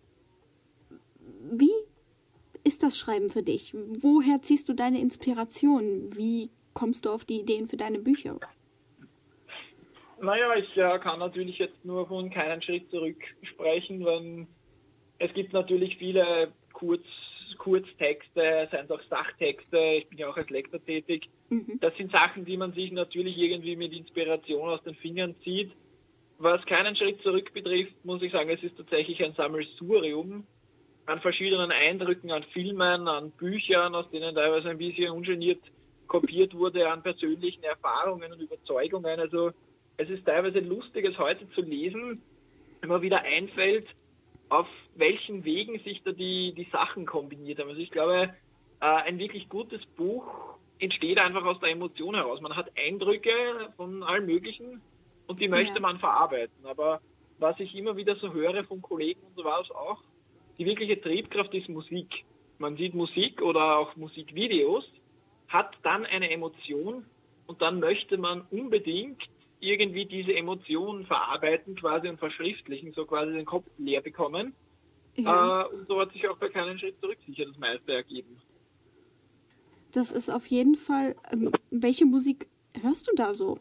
I: wie ist das Schreiben für dich? Woher ziehst du deine Inspiration? Wie kommst du auf die Ideen für deine Bücher?
L: Naja, ich äh, kann natürlich jetzt nur von keinen Schritt zurück sprechen, weil es gibt natürlich viele Kurz, Kurztexte, seien es auch Sachtexte, ich bin ja auch als Lektor tätig.
I: Mhm.
L: Das sind Sachen, die man sich natürlich irgendwie mit Inspiration aus den Fingern zieht. Was keinen Schritt zurück betrifft, muss ich sagen, es ist tatsächlich ein Sammelsurium an verschiedenen Eindrücken, an Filmen, an Büchern, aus denen teilweise ein bisschen ungeniert kopiert wurde, an persönlichen Erfahrungen und Überzeugungen. Also es ist teilweise lustig, es heute zu lesen, immer wieder einfällt, auf welchen Wegen sich da die, die Sachen kombiniert haben. Also ich glaube, äh, ein wirklich gutes Buch entsteht einfach aus der Emotion heraus. Man hat Eindrücke von allem Möglichen und die möchte
I: Ja.
L: man verarbeiten. Aber was ich immer wieder so höre von Kollegen und so war es auch, die wirkliche Triebkraft ist Musik. Man sieht Musik oder auch Musikvideos, hat dann eine Emotion und dann möchte man unbedingt irgendwie diese Emotionen verarbeiten quasi und verschriftlichen, so quasi den Kopf leer bekommen.
I: Ja.
L: Äh, und so hat sich auch bei keinen Schritt zurück sicher das meiste ergeben.
I: Das ist auf jeden Fall. Ähm, welche Musik hörst du da so?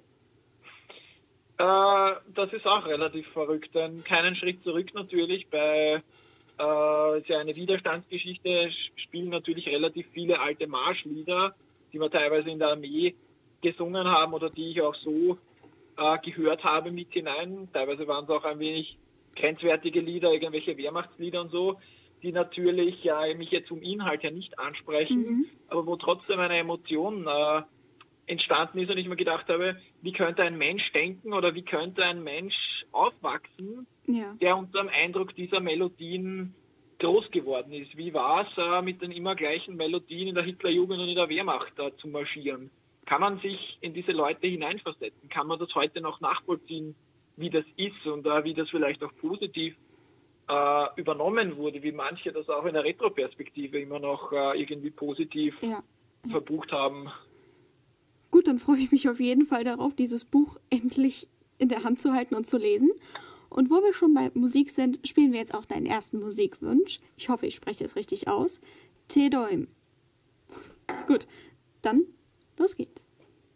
L: Äh, das ist auch relativ verrückt, denn keinen Schritt zurück natürlich. Bei äh, ist ja eine Widerstandsgeschichte, spielen natürlich relativ viele alte Marschlieder, die wir teilweise in der Armee gesungen haben oder die ich auch so äh, gehört habe mit hinein. Teilweise waren es auch ein wenig grenzwertige Lieder, irgendwelche Wehrmachtslieder und so, die natürlich ja, mich jetzt vom Inhalt her nicht ansprechen,
I: Mhm.
L: aber wo trotzdem eine Emotion äh, entstanden ist und ich mir gedacht habe, wie könnte ein Mensch denken oder wie könnte ein Mensch aufwachsen,
I: Ja.
L: der unter dem Eindruck dieser Melodien groß geworden ist. Wie war es, äh, mit den immer gleichen Melodien in der Hitlerjugend und in der Wehrmacht äh, zu marschieren? Kann man sich in diese Leute hineinversetzen? Kann man das heute noch nachvollziehen, wie das ist und äh, wie das vielleicht auch positiv äh, übernommen wurde, wie manche das auch in der Retroperspektive immer noch äh, irgendwie positiv
I: Ja. Ja.
L: verbucht haben.
I: Gut, dann freue ich mich auf jeden Fall darauf, dieses Buch endlich in der Hand zu halten und zu lesen. Und wo wir schon bei Musik sind, spielen wir jetzt auch deinen ersten Musikwunsch. Ich hoffe, ich spreche es richtig aus. Te Deum. Gut, dann los geht's.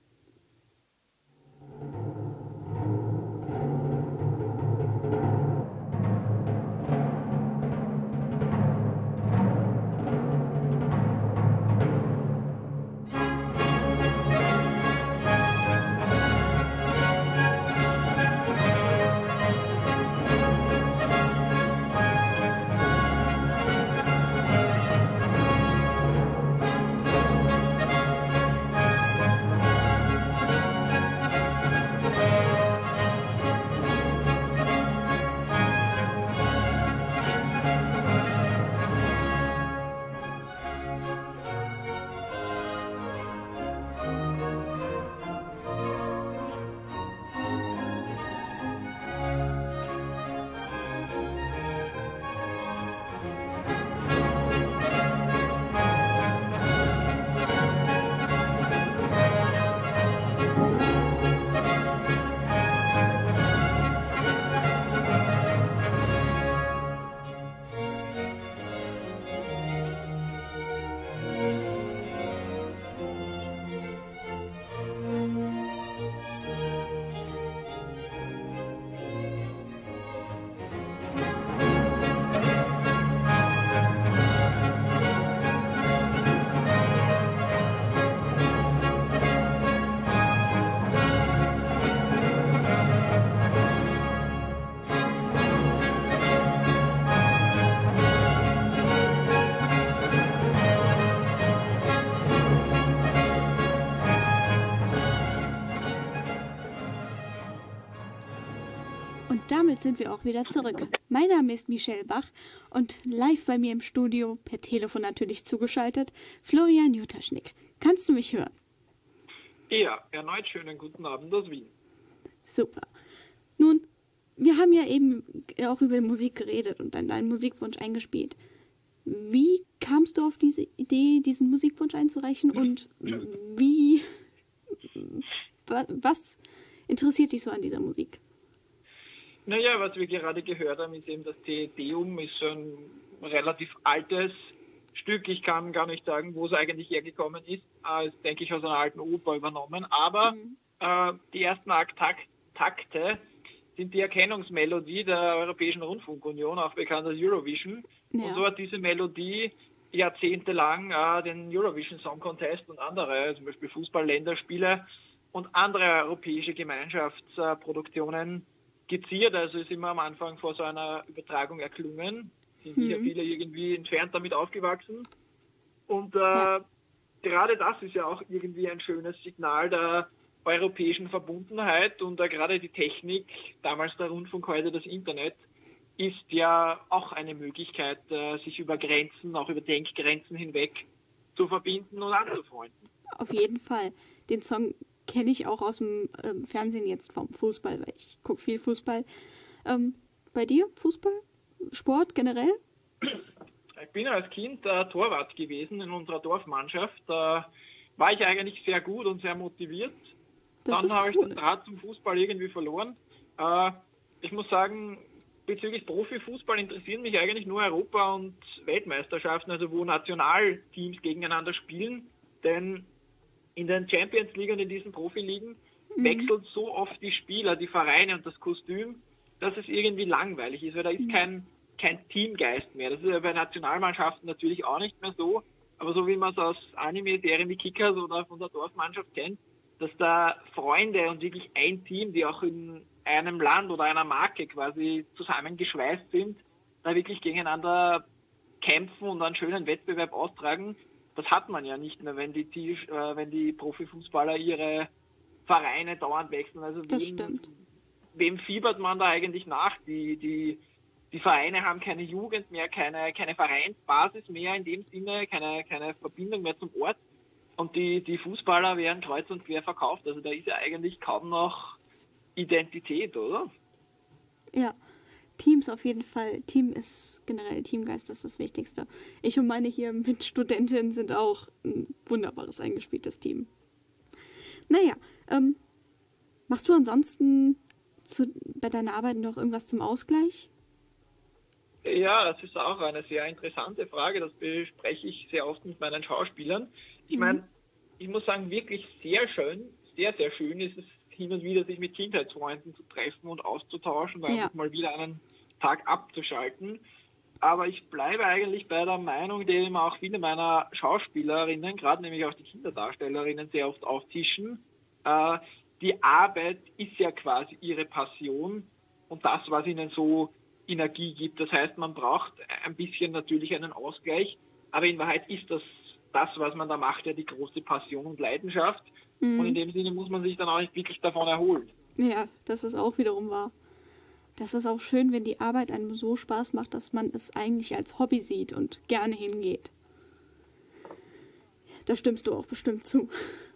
I: Und damit sind wir auch wieder zurück. Mein Name ist Michelle Bach und live bei mir im Studio, per Telefon natürlich zugeschaltet, Florian Jutaschnik. Kannst du mich hören?
L: Ja, erneut schönen guten Abend aus Wien.
I: Super. Nun, wir haben ja eben auch über Musik geredet und dann deinen Musikwunsch eingespielt. Wie kamst du auf diese Idee, diesen Musikwunsch einzureichen und wie, was interessiert dich so an dieser Musik?
L: Naja, was wir gerade gehört haben, ist eben das Te Deum, ist so ein relativ altes Stück. Ich kann gar nicht sagen, wo es eigentlich hergekommen ist. Äh, ist, denke ich, aus einer alten Oper übernommen. Aber mhm. äh, die ersten Takt Takte sind die Erkennungsmelodie der Europäischen Rundfunkunion, auch bekannt als Eurovision. Ja. Und so hat diese Melodie jahrzehntelang äh, den Eurovision Song Contest und andere, zum Beispiel Fußball-Länderspiele und andere europäische Gemeinschaftsproduktionen geziert, also ist immer am Anfang vor so einer Übertragung erklungen, sind mhm. sicher viele irgendwie entfernt damit aufgewachsen und äh, ja. gerade das ist ja auch irgendwie ein schönes Signal der europäischen Verbundenheit und äh, gerade die Technik, damals der Rundfunk, heute das Internet, ist ja auch eine Möglichkeit, äh, sich über Grenzen, auch über Denkgrenzen hinweg zu verbinden und anzufreunden.
I: Auf jeden Fall. Den Song kenne ich auch aus dem ähm, Fernsehen jetzt vom Fußball, weil ich gucke viel Fußball. Ähm, bei dir Fußball? Sport generell?
L: Ich bin als Kind äh, Torwart gewesen in unserer Dorfmannschaft. Da äh, war ich eigentlich sehr gut und sehr motiviert. Das Dann habe cool. ich den Draht zum Fußball irgendwie verloren. Äh, ich muss sagen, bezüglich Profifußball interessieren mich eigentlich nur Europa- und Weltmeisterschaften, also wo Nationalteams gegeneinander spielen. Denn in den Champions League und in diesen Profiligen mhm. wechseln so oft die Spieler, die Vereine und das Kostüm, dass es irgendwie langweilig ist, weil da ist mhm. kein, kein Teamgeist mehr. Das ist ja bei Nationalmannschaften natürlich auch nicht mehr so, aber so wie man es aus Anime-Serien wie Kickers oder von der Dorfmannschaft kennt, dass da Freunde und wirklich ein Team, die auch in einem Land oder einer Marke quasi zusammengeschweißt sind, da wirklich gegeneinander kämpfen und einen schönen Wettbewerb austragen. Das hat man ja nicht mehr, wenn die, äh, wenn die Profifußballer ihre Vereine dauernd wechseln. Also
I: das
L: wem,
I: stimmt.
L: Wem fiebert man da eigentlich nach? Die, die, die Vereine haben keine Jugend mehr, keine, keine Vereinsbasis mehr in dem Sinne, keine, keine Verbindung mehr zum Ort. Und die, die Fußballer werden kreuz und quer verkauft. Also da ist ja eigentlich kaum noch Identität, oder?
I: Ja. Teams auf jeden Fall. Team ist generell, Teamgeist ist das Wichtigste. Ich und meine hier Mitstudentinnen sind auch ein wunderbares, eingespieltes Team. Naja, ähm, machst du ansonsten zu, bei deiner Arbeit noch irgendwas zum Ausgleich?
L: Ja, das ist auch eine sehr interessante Frage. Das bespreche ich sehr oft mit meinen Schauspielern. Ich meine, ich muss sagen, wirklich sehr schön, sehr, sehr schön ist es hin und wieder, sich mit Kindheitsfreunden zu treffen und auszutauschen, weil ja. mal wieder einen Tag abzuschalten. Aber ich bleibe eigentlich bei der Meinung, die eben auch viele meiner Schauspielerinnen, gerade nämlich auch die Kinderdarstellerinnen, sehr oft auftischen. Äh, die Arbeit ist ja quasi ihre Passion und das, was ihnen so Energie gibt. Das heißt, man braucht ein bisschen natürlich einen Ausgleich, aber in Wahrheit ist das, das was man da macht, ja die große Passion und Leidenschaft. Mhm. Und in dem Sinne muss man sich dann auch nicht wirklich davon erholen.
I: Ja, das ist auch wiederum wahr. Das ist auch schön, wenn die Arbeit einem so Spaß macht, dass man es eigentlich als Hobby sieht und gerne hingeht. Da stimmst du auch bestimmt zu.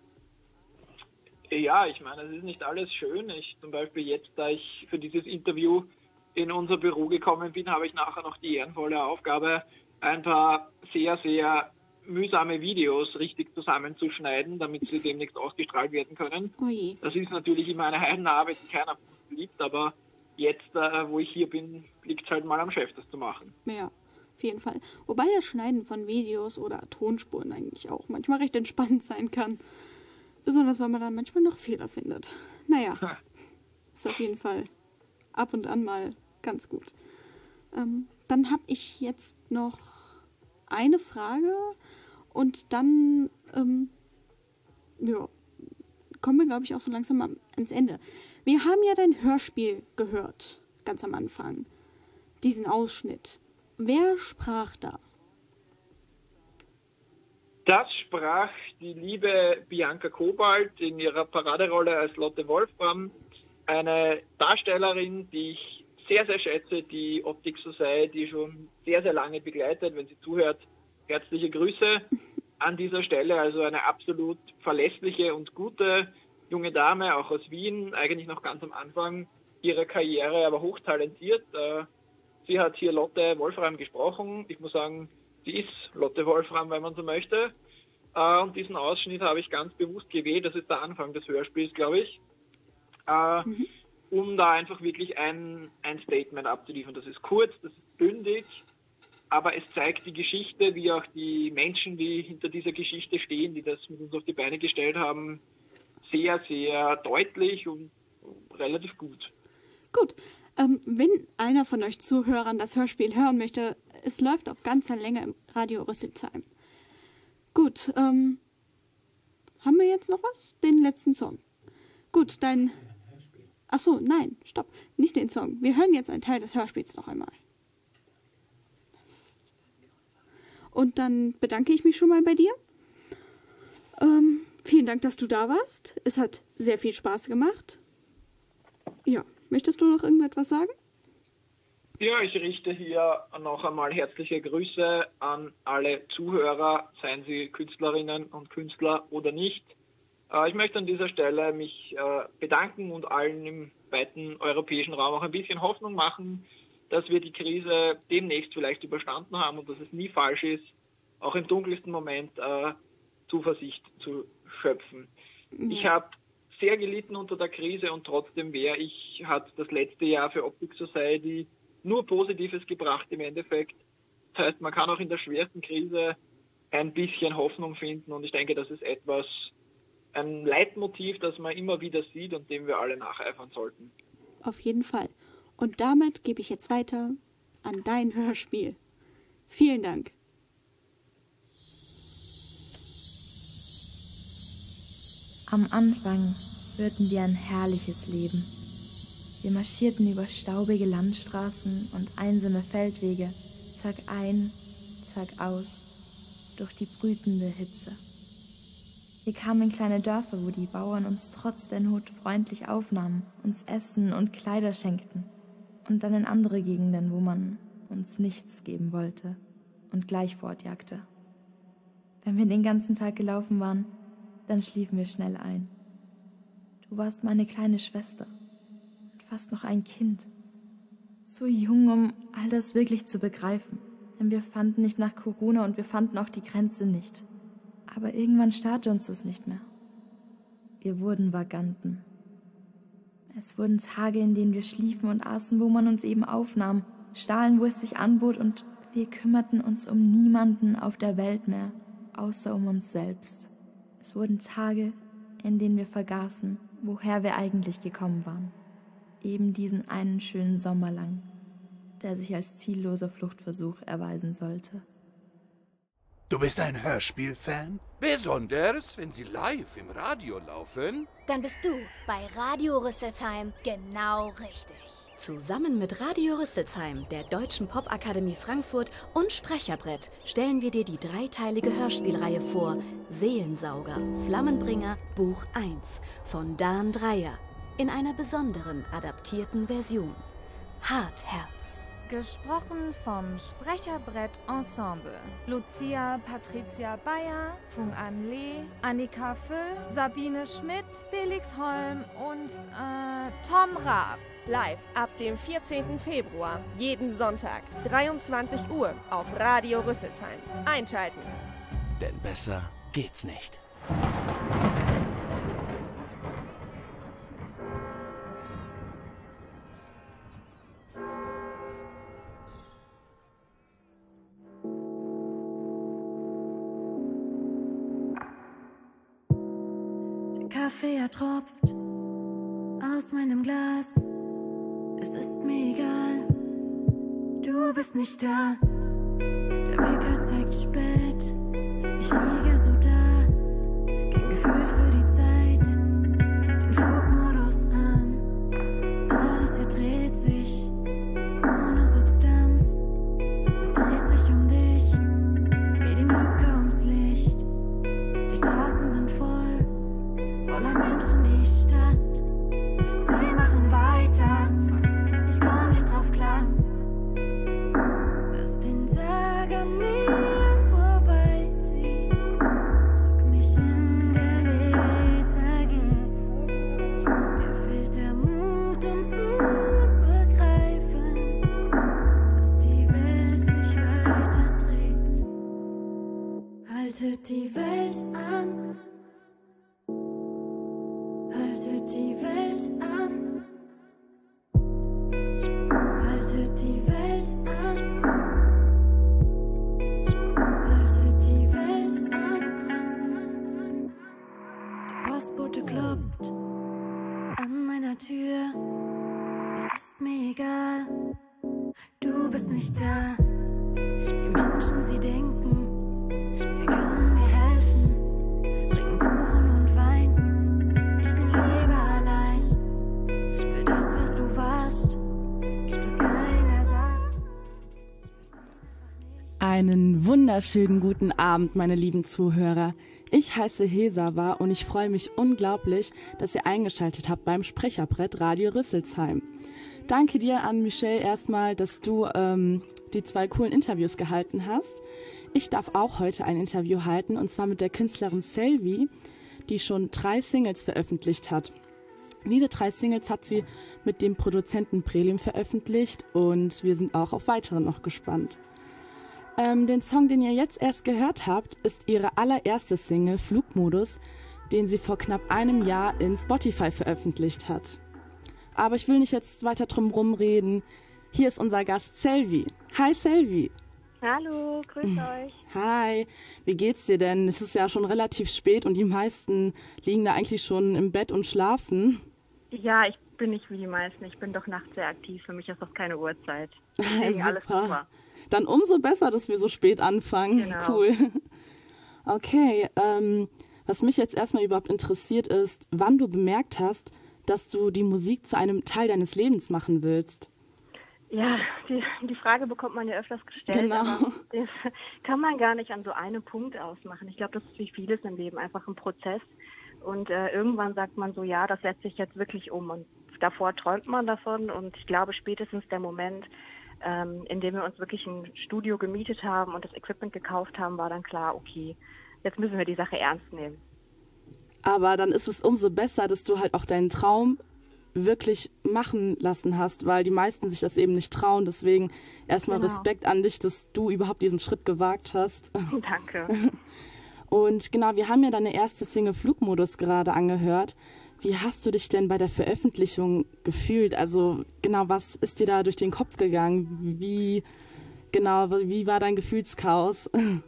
L: Ja, ich meine, es ist nicht alles schön. Ich zum Beispiel jetzt, da ich für dieses Interview in unser Büro gekommen bin, habe ich nachher noch die ehrenvolle Aufgabe, ein paar sehr, sehr mühsame Videos richtig zusammenzuschneiden, damit sie demnächst ausgestrahlt werden können.
I: Ui.
L: Das ist natürlich immer eine Heidenarbeit, die keiner liebt, aber jetzt, äh, wo ich hier bin, liegt es halt mal am Chef, das zu machen.
I: Ja, auf jeden Fall. Wobei das Schneiden von Videos oder Tonspuren eigentlich auch manchmal recht entspannt sein kann. Besonders, weil man dann manchmal noch Fehler findet. Naja, ist auf jeden Fall ab und an mal ganz gut. Ähm, dann habe ich jetzt noch eine Frage und dann ähm, ja, kommen wir, glaube ich, auch so langsam am, ans Ende. Wir haben ja dein Hörspiel gehört, ganz am Anfang. Diesen Ausschnitt. Wer sprach da?
L: Das sprach die liebe Bianca Kobalt in ihrer Paraderolle als Lotte Wolfram. Eine Darstellerin, die ich sehr, sehr schätze, die Optik Society schon sehr, sehr lange begleitet. Wenn sie zuhört, herzliche Grüße an dieser Stelle. Also eine absolut verlässliche und gute junge Dame, auch aus Wien, eigentlich noch ganz am Anfang ihrer Karriere, aber hochtalentiert. Sie hat hier Lotte Wolfram gesprochen. Ich muss sagen, sie ist Lotte Wolfram, wenn man so möchte. Und diesen Ausschnitt habe ich ganz bewusst gewählt. Das ist der Anfang des Hörspiels, glaube ich. Mhm. Um da einfach wirklich ein, ein Statement abzuliefern. Das ist kurz, das ist bündig, aber es zeigt die Geschichte, wie auch die Menschen, die hinter dieser Geschichte stehen, die das mit uns auf die Beine gestellt haben, sehr, sehr deutlich und relativ gut.
I: Gut, ähm, wenn einer von euch Zuhörern das Hörspiel hören möchte, es läuft auf ganzer Länge im Radio Rüsselsheim. Gut, ähm, haben wir jetzt noch was? Den letzten Song. Gut, dein... Ach so, nein, stopp, nicht den Song. Wir hören jetzt einen Teil des Hörspiels noch einmal. Und dann bedanke ich mich schon mal bei dir. Ähm, vielen Dank, dass du da warst. Es hat sehr viel Spaß gemacht. Ja, möchtest du noch irgendetwas sagen?
L: Ja, ich richte hier noch einmal herzliche Grüße an alle Zuhörer, seien sie Künstlerinnen und Künstler oder nicht. Ich möchte an dieser Stelle mich bedanken und allen im weiten europäischen Raum auch ein bisschen Hoffnung machen, dass wir die Krise demnächst vielleicht überstanden haben und dass es nie falsch ist, auch im dunkelsten Moment Zuversicht zu schöpfen. Mhm. Ich habe sehr gelitten unter der Krise und trotzdem wäre ich, hat das letzte Jahr für Optik Society nur Positives gebracht im Endeffekt. Das heißt, man kann auch in der schwersten Krise ein bisschen Hoffnung finden und ich denke, das ist etwas, ein Leitmotiv, das man immer wieder sieht und dem wir alle nacheifern sollten.
I: Auf jeden Fall. Und damit gebe ich jetzt weiter an dein Hörspiel. Vielen Dank.
M: Am Anfang führten wir ein herrliches Leben. Wir marschierten über staubige Landstraßen und einsame Feldwege, Tag ein, Tag aus, durch die brütende Hitze. Wir kamen in kleine Dörfer, wo die Bauern uns trotz der Not freundlich aufnahmen, uns Essen und Kleider schenkten. Und dann in andere Gegenden, wo man uns nichts geben wollte und gleich fortjagte. Wenn wir den ganzen Tag gelaufen waren, dann schliefen wir schnell ein. Du warst meine kleine Schwester und fast noch ein Kind. zu jung, um all das wirklich zu begreifen. Denn wir fanden nicht nach Corona und wir fanden auch die Grenze nicht. Aber irgendwann starrte uns das nicht mehr. Wir wurden Vaganten. Es wurden Tage, in denen wir schliefen und aßen, wo man uns eben aufnahm, stahlen, wo es sich anbot, und wir kümmerten uns um niemanden auf der Welt mehr, außer um uns selbst. Es wurden Tage, in denen wir vergaßen, woher wir eigentlich gekommen waren. Eben diesen einen schönen Sommer lang, der sich als zielloser Fluchtversuch erweisen sollte.
D: Du bist ein Hörspielfan? Besonders, wenn sie live im Radio laufen?
E: Dann bist du bei Radio Rüsselsheim genau richtig.
C: Zusammen mit Radio Rüsselsheim, der Deutschen Popakademie Frankfurt und Sprecherbrett stellen wir dir die dreiteilige Hörspielreihe vor. Seelensauger, Flammenbringer, Buch eins von Dan Dreyer in einer besonderen adaptierten Version. Hartherz.
F: Gesprochen vom Sprecherbrett Ensemble. Lucia Patricia Bayer, Fung An Lee, Annika Füll, Sabine Schmidt, Felix Holm und äh, Tom Raab.
G: Live ab dem vierzehnten Februar, jeden Sonntag, dreiundzwanzig Uhr auf Radio Rüsselsheim. Einschalten.
A: Denn besser geht's nicht.
N: Der Kaffee, er tropft aus meinem Glas. Es ist mir egal, du bist nicht da. Der Wecker zeigt spät, ich liege so da. Kein Gefühl für die Zeit, den Flugmodus an. Alles hier dreht sich ohne Substanz. Es dreht sich um dich, wie die Mücke ums Licht. Die Straßen sind voll, voller Menschen, die Stadt. Sie machen weiter, ich komm nicht drauf klar. Lass den Tag an mir vorbeiziehen, drück mich in der Lethargie. Mir fehlt der Mut, um zu begreifen, dass die Welt sich weiter dreht. Haltet die Welt an, haltet die Welt an, haltet die Welt an, haltet die Welt an. Der Postbote klopft an meiner Tür. Es ist mir egal, du bist nicht da. Die Menschen, sie denken, sie können mir helfen, bringen Kuchen und Wein. Ich bin lieber allein. Für das, was du warst, gibt es keinen Ersatz.
O: Einen wunderschönen guten Abend, meine lieben Zuhörer. Ich heiße Hesawa und ich freue mich unglaublich, dass ihr eingeschaltet habt beim Sprecherbrett Radio Rüsselsheim. Danke dir an Michelle erstmal, dass du ähm, die zwei coolen Interviews gehalten hast. Ich darf auch heute ein Interview halten, und zwar mit der Künstlerin Selvi, die schon drei Singles veröffentlicht hat. Diese drei Singles hat sie mit dem Produzenten Prelim veröffentlicht und wir sind auch auf weitere noch gespannt. Ähm, den Song, den ihr jetzt erst gehört habt, ist ihre allererste Single, Flugmodus, den sie vor knapp einem Jahr in Spotify veröffentlicht hat. Aber ich will nicht jetzt weiter drum rumreden. Hier ist unser Gast Selvi. Hi Selvi.
P: Hallo, grüß euch.
O: Hi, wie geht's dir denn? Es ist ja schon relativ spät und die meisten liegen da eigentlich schon im Bett und schlafen.
P: Ja, ich bin nicht wie die meisten. Ich bin doch nachts sehr aktiv. Für mich ist das keine Uhrzeit. Deswegen
O: super.
P: Alles super.
O: Dann umso besser, dass wir so spät anfangen.
P: Genau.
O: Cool. Okay, ähm, was mich jetzt erstmal überhaupt interessiert ist, wann du bemerkt hast, dass du die Musik zu einem Teil deines Lebens machen willst.
P: Ja, die, die Frage bekommt man ja öfters gestellt.
O: Genau.
P: Aber das kann man gar nicht an so einem Punkt ausmachen. Ich glaube, das ist wie vieles im Leben einfach ein Prozess. Und äh, irgendwann sagt man so, ja, das setzt sich jetzt wirklich um. Und davor träumt man davon. Und ich glaube, spätestens der Moment, ähm, in dem wir uns wirklich ein Studio gemietet haben und das Equipment gekauft haben, war dann klar, okay, jetzt müssen wir die Sache ernst nehmen.
O: Aber dann ist es umso besser, dass du halt auch deinen Traum wirklich machen lassen hast, weil die meisten sich das eben nicht trauen. Deswegen erstmal
P: Genau.
O: Respekt an dich, dass du überhaupt diesen Schritt gewagt hast.
P: Danke.
O: Und genau, wir haben ja deine erste Single Flugmodus gerade angehört. Wie hast du dich denn bei der Veröffentlichung gefühlt? Also genau, was ist dir da durch den Kopf gegangen? Wie genau, wie war dein Gefühlschaos?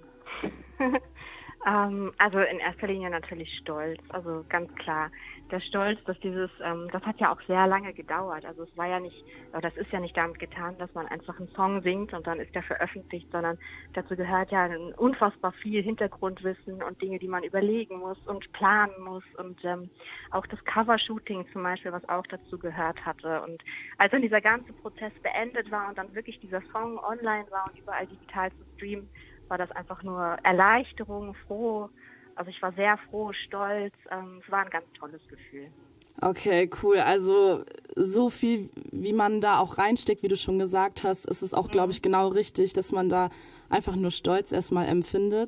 P: ähm, also in erster Linie natürlich Stolz, also ganz klar. Der Stolz, dass dieses, ähm, das hat ja auch sehr lange gedauert. Also es war ja nicht, oder das ist ja nicht damit getan, dass man einfach einen Song singt und dann ist der veröffentlicht, sondern dazu gehört ja ein unfassbar viel Hintergrundwissen und Dinge, die man überlegen muss und planen muss und ähm, auch das Covershooting zum Beispiel, was auch dazu gehört hatte. Und als dann dieser ganze Prozess beendet war und dann wirklich dieser Song online war und überall digital zu streamen, war das einfach nur Erleichterung, froh. Also ich war sehr froh, stolz. Ähm, es war ein ganz tolles Gefühl.
O: Okay, cool. Also so viel, wie man da auch reinsteckt, wie du schon gesagt hast, ist es auch, glaube ich, genau richtig, dass man da einfach nur Stolz erstmal empfindet.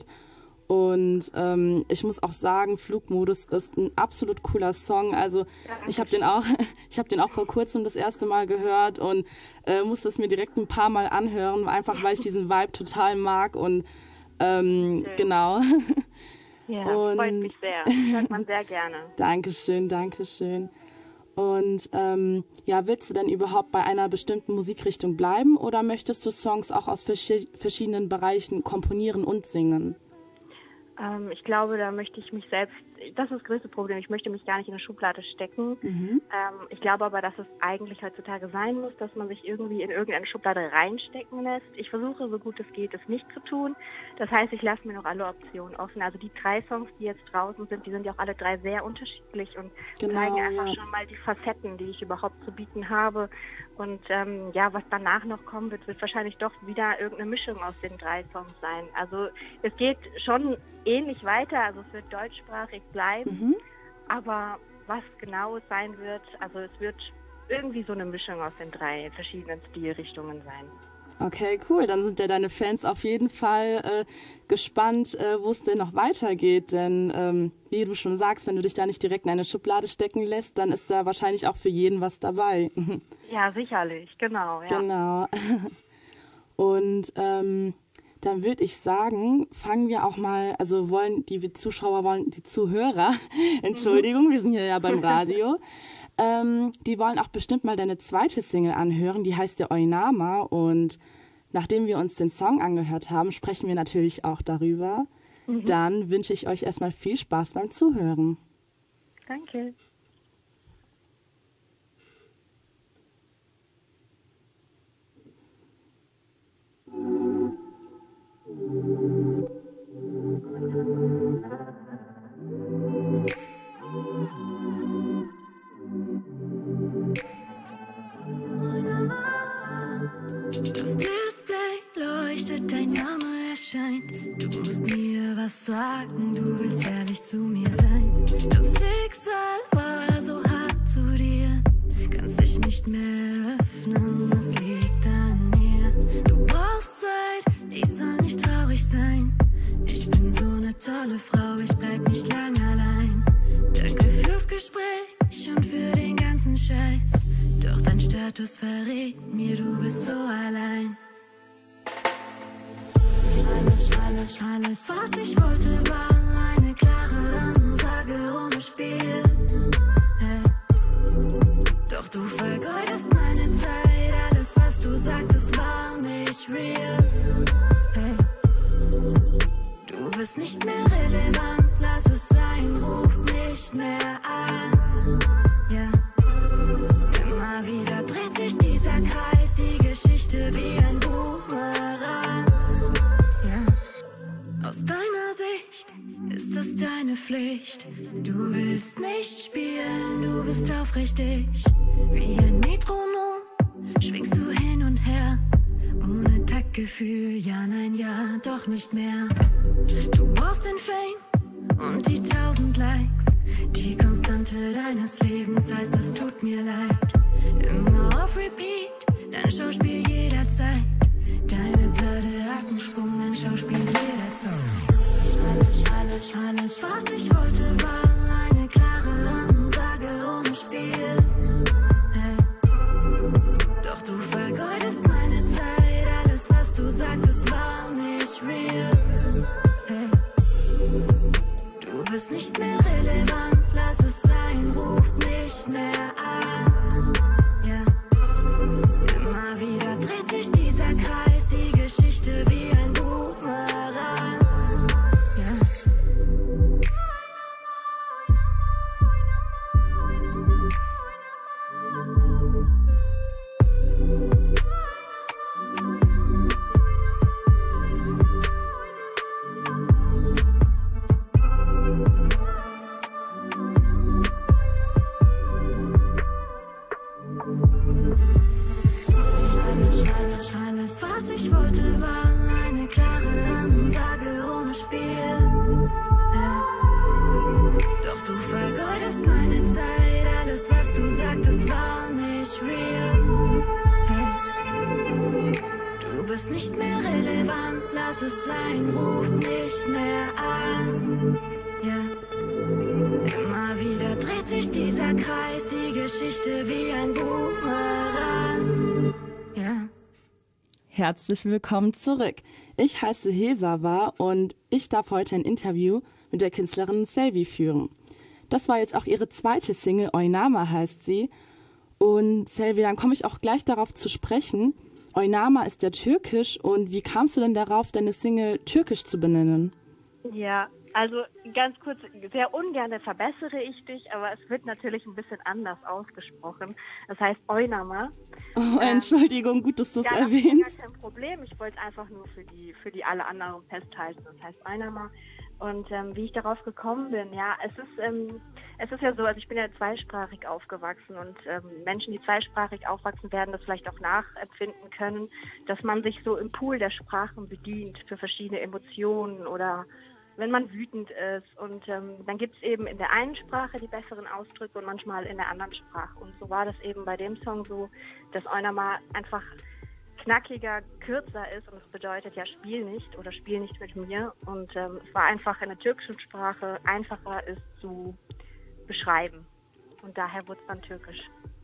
O: Und ähm, ich muss auch sagen, Flugmodus ist ein absolut cooler Song. Also ich habe den auch, ich habe den auch vor kurzem das erste Mal gehört und äh, musste es mir direkt ein paar Mal anhören, einfach weil ich diesen Vibe total mag und ähm,
P: okay.
O: genau.
P: Ja,
O: und
P: freut mich sehr. Das hört man sehr gerne.
O: Dankeschön, Dankeschön. Und ähm, ja, willst du denn überhaupt bei einer bestimmten Musikrichtung bleiben oder möchtest du Songs auch aus vers- verschiedenen Bereichen komponieren und singen?
P: Ähm, ich glaube, da möchte ich mich selbst, das ist das größte Problem, ich möchte mich gar nicht in eine Schublade stecken.
O: Mhm.
P: Ähm, ich glaube aber, dass es eigentlich heutzutage sein muss, dass man sich irgendwie in irgendeine Schublade reinstecken lässt. Ich versuche, so gut es geht, es nicht zu tun. Das heißt, ich lasse mir noch alle Optionen offen. Also die drei Songs, die jetzt draußen sind, die sind ja auch alle drei sehr unterschiedlich und
O: genau,
P: zeigen einfach
O: ja.
P: schon mal die Facetten, die ich überhaupt zu bieten habe. Und ähm, ja, was danach noch kommen wird, wird wahrscheinlich doch wieder irgendeine Mischung aus den drei Songs sein. Also es geht schon ähnlich weiter, also es wird deutschsprachig bleiben,
O: Mhm.
P: aber was genau es sein wird, also es wird irgendwie so eine Mischung aus den drei verschiedenen Stilrichtungen sein.
O: Okay, cool. Dann sind ja deine Fans auf jeden Fall äh, gespannt, äh, wo es denn noch weitergeht. Denn ähm, wie du schon sagst, wenn du dich da nicht direkt in eine Schublade stecken lässt, dann ist da wahrscheinlich auch für jeden was dabei.
P: Ja, sicherlich, genau. Ja.
O: Genau. Und ähm, dann würde ich sagen, fangen wir auch mal, also wollen die Zuschauer, wollen die Zuhörer, Entschuldigung, wir sind hier ja beim Radio, ähm, die wollen auch bestimmt mal deine zweite Single anhören, die heißt ja Oinama und nachdem wir uns den Song angehört haben, sprechen wir natürlich auch darüber. Mhm. Dann wünsche ich euch erstmal viel Spaß beim Zuhören.
P: Danke.
N: Das Display leuchtet, dein Name erscheint. Du musst mir was sagen, du willst ehrlich zu mir sein. Das Schicksal war so hart zu dir, kannst dich nicht mehr öffnen, es liegt an mir. Du brauchst Zeit, ich soll nicht traurig sein. Ich bin so eine tolle Frau, ich bleib nicht lang allein. Danke fürs Gespräch und für den ganzen Scheiß. Doch dein Status verrät mir, du bist so allein. Alles, alles, alles, was ich wollte, war eine klare Ansage ohne Spiel. Hey. Doch du vergeudest meine Zeit, alles, was du sagtest, war nicht real. Hey. Du bist nicht mehr relevant, lass es sein, ruf nicht mehr an. Ja. Immer wieder dreht sich dieser Kreis, die Geschichte wie ein Boomerang. Ja. Aus deiner Sicht ist es deine Pflicht. Du willst nicht spielen, du bist aufrichtig. Wie ein Metronom schwingst du hin und her. Ohne Taktgefühl, ja, nein, ja, doch nicht mehr. Du brauchst den Fame und die tausend Likes. Die Konstante deines Lebens heißt, es tut mir leid. Immer auf Repeat, dein Schauspiel jederzeit. Deine Platte hat einen Sprung, ein Schauspiel jederzeit. Alles, alles, alles, was ich wollte, war eine klare Ansage ohne Spiel. sagt, es war nicht real. Du bist nicht mehr relevant, lass es sein, ruf nicht mehr an. Ja. Immer wieder dreht sich dieser Kreis, die Geschichte wie ein Boomerang. Ja.
O: Herzlich willkommen zurück. Ich heiße Hesawa und ich darf heute ein Interview mit der Künstlerin Selvi führen. Das war jetzt auch ihre zweite Single, Oynama heißt sie. Und Selvi, dann komme ich auch gleich darauf zu sprechen. Oynama ist ja türkisch und wie kamst du denn darauf, deine Single türkisch zu benennen?
P: Ja, also ganz kurz, sehr ungern verbessere ich dich, aber es wird natürlich ein bisschen anders ausgesprochen. Das heißt Oynama.
O: Oh, Entschuldigung, gut, dass du es ja, erwähnst.
P: Das ist gar kein Problem, ich wollte es einfach nur für die, für die alle anderen festhalten. Das heißt Oynama. Und ähm, wie ich darauf gekommen bin, ja, es ist ähm, es ist ja so, also ich bin ja zweisprachig aufgewachsen und ähm, Menschen, die zweisprachig aufwachsen, werden das vielleicht auch nachempfinden können, dass man sich so im Pool der Sprachen bedient für verschiedene Emotionen oder wenn man wütend ist. Und ähm, dann gibt es eben in der einen Sprache die besseren Ausdrücke und manchmal in der anderen Sprache. Und so war das eben bei dem Song so, dass Oynama einfach knackiger, kürzer ist und es bedeutet ja spiel nicht oder spiel nicht mit mir und ähm, es war einfach in der türkischen Sprache einfacher es zu beschreiben und daher wurde es dann türkisch.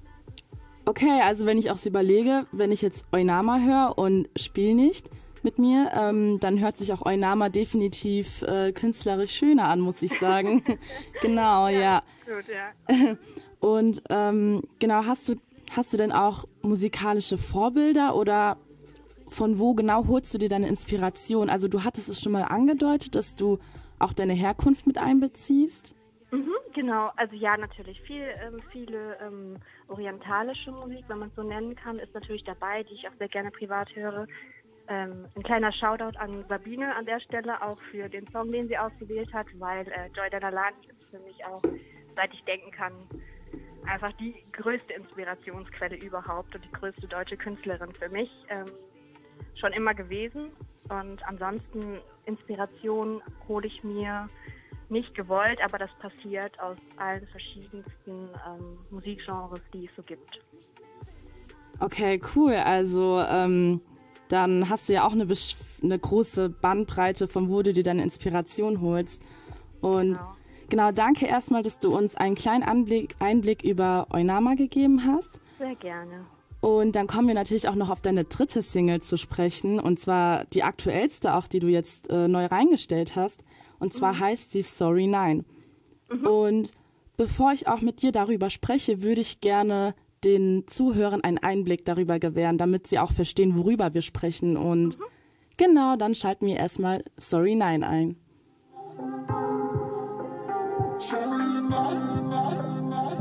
O: Okay, also wenn ich auch so überlege, wenn ich jetzt Oynama höre und spiel nicht mit mir, ähm, dann hört sich auch Oynama definitiv äh, künstlerisch schöner an, muss ich sagen. Genau, ja.
P: ja. Gut, ja.
O: Und ähm, genau, hast du Hast du denn auch musikalische Vorbilder oder von wo genau holst du dir deine Inspiration? Also du hattest es schon mal angedeutet, dass du auch deine Herkunft mit einbeziehst.
P: Mhm, genau, also ja, natürlich viel, ähm, viele ähm, orientalische Musik, wenn man es so nennen kann, ist natürlich dabei, die ich auch sehr gerne privat höre. Ähm, ein kleiner Shoutout an Sabine an der Stelle, auch für den Song, den sie ausgewählt hat, weil äh, Joy Dalalani ist für mich auch, seit ich denken kann, einfach die größte Inspirationsquelle überhaupt und die größte deutsche Künstlerin für mich ähm, schon immer gewesen. Und ansonsten Inspiration hole ich mir nicht gewollt, aber das passiert aus allen verschiedensten ähm, Musikgenres, die es so gibt.
O: Okay, cool. Also ähm, dann hast du ja auch eine, eine große Bandbreite, von wo du dir deine Inspiration holst. Und genau. Genau, danke erstmal, dass du uns einen kleinen Anblick, Einblick über Oynama gegeben hast.
P: Sehr gerne.
O: Und dann kommen wir natürlich auch noch auf deine dritte Single zu sprechen, und zwar die aktuellste auch, die du jetzt äh, neu reingestellt hast. Und zwar mhm. heißt sie Sorry Nein. Mhm. Und bevor ich auch mit dir darüber spreche, würde ich gerne den Zuhörern einen Einblick darüber gewähren, damit sie auch verstehen, worüber wir sprechen. Und mhm. genau, dann schalten wir erstmal Sorry Nein ein.
N: Sorry, nein, nein, nein.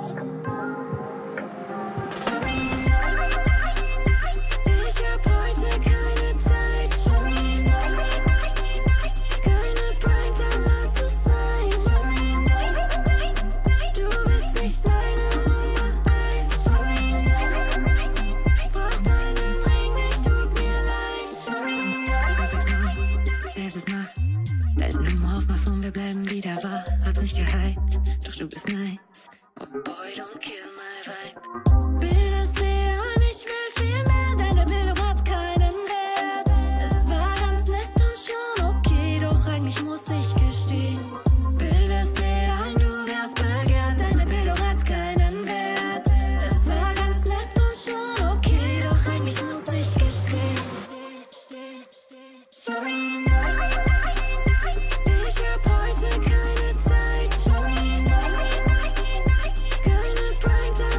N: Sorry, nein, nein, nein. Ich hab heute keine Zeit. Sorry, nein, nein, nein. Keine Prank, dann lass es sein. Sorry, nein, nein, nein. Du bist nicht meine Nummer eins. Sorry, nein, nein, nein. Brauch deinen Ring nicht, tut mir leid. Sorry, nein. Es ist Nacht, es ist Nacht. Deine Nummer auf mein Phone, wir bleiben wieder wach. Hab's nicht gehypt, doch du bist nice. Oh boy, don't kill my vibe. Bildest dir an, ich will viel mehr. Deine Bildung hat keinen Wert. Es war ganz nett und schon okay, doch eigentlich muss ich gestehen. Bildest dir an, du wärst begehrt. Deine Bildung hat keinen Wert. Es war ganz nett und schon okay, doch eigentlich muss ich gestehen. Sorry, nein, nein, nein. Ich hab heute keine Zeit. Sorry, nein, nein, nein. Keine Prank,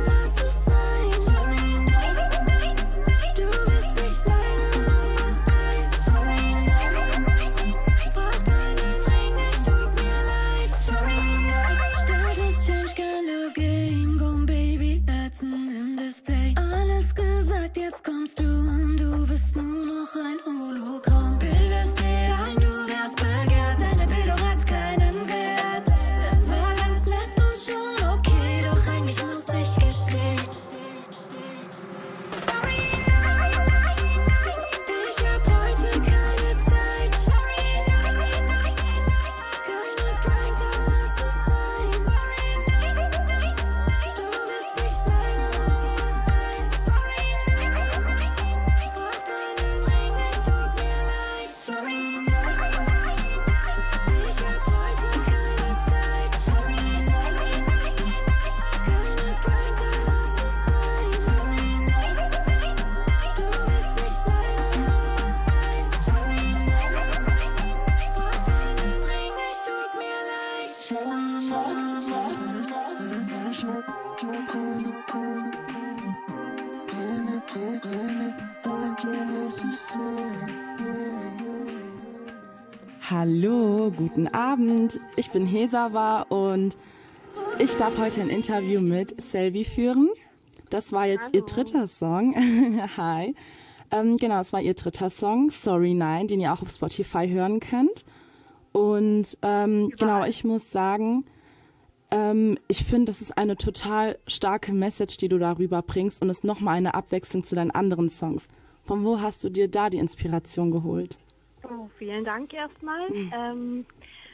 O: Hallo, guten Abend. Ich bin Hesawa und ich darf heute ein Interview mit Selvi führen. Das war jetzt Hallo. Ihr dritter Song. Hi. Ähm, genau, das war ihr dritter Song, Sorry Nein, den ihr auch auf Spotify hören könnt. Und ähm, genau, ich muss sagen, ähm, ich finde, das ist eine total starke Message, die du darüber bringst und ist nochmal eine Abwechslung zu deinen anderen Songs. Von wo hast du dir da die Inspiration geholt?
P: Oh, vielen Dank erstmal. Mhm. Ähm,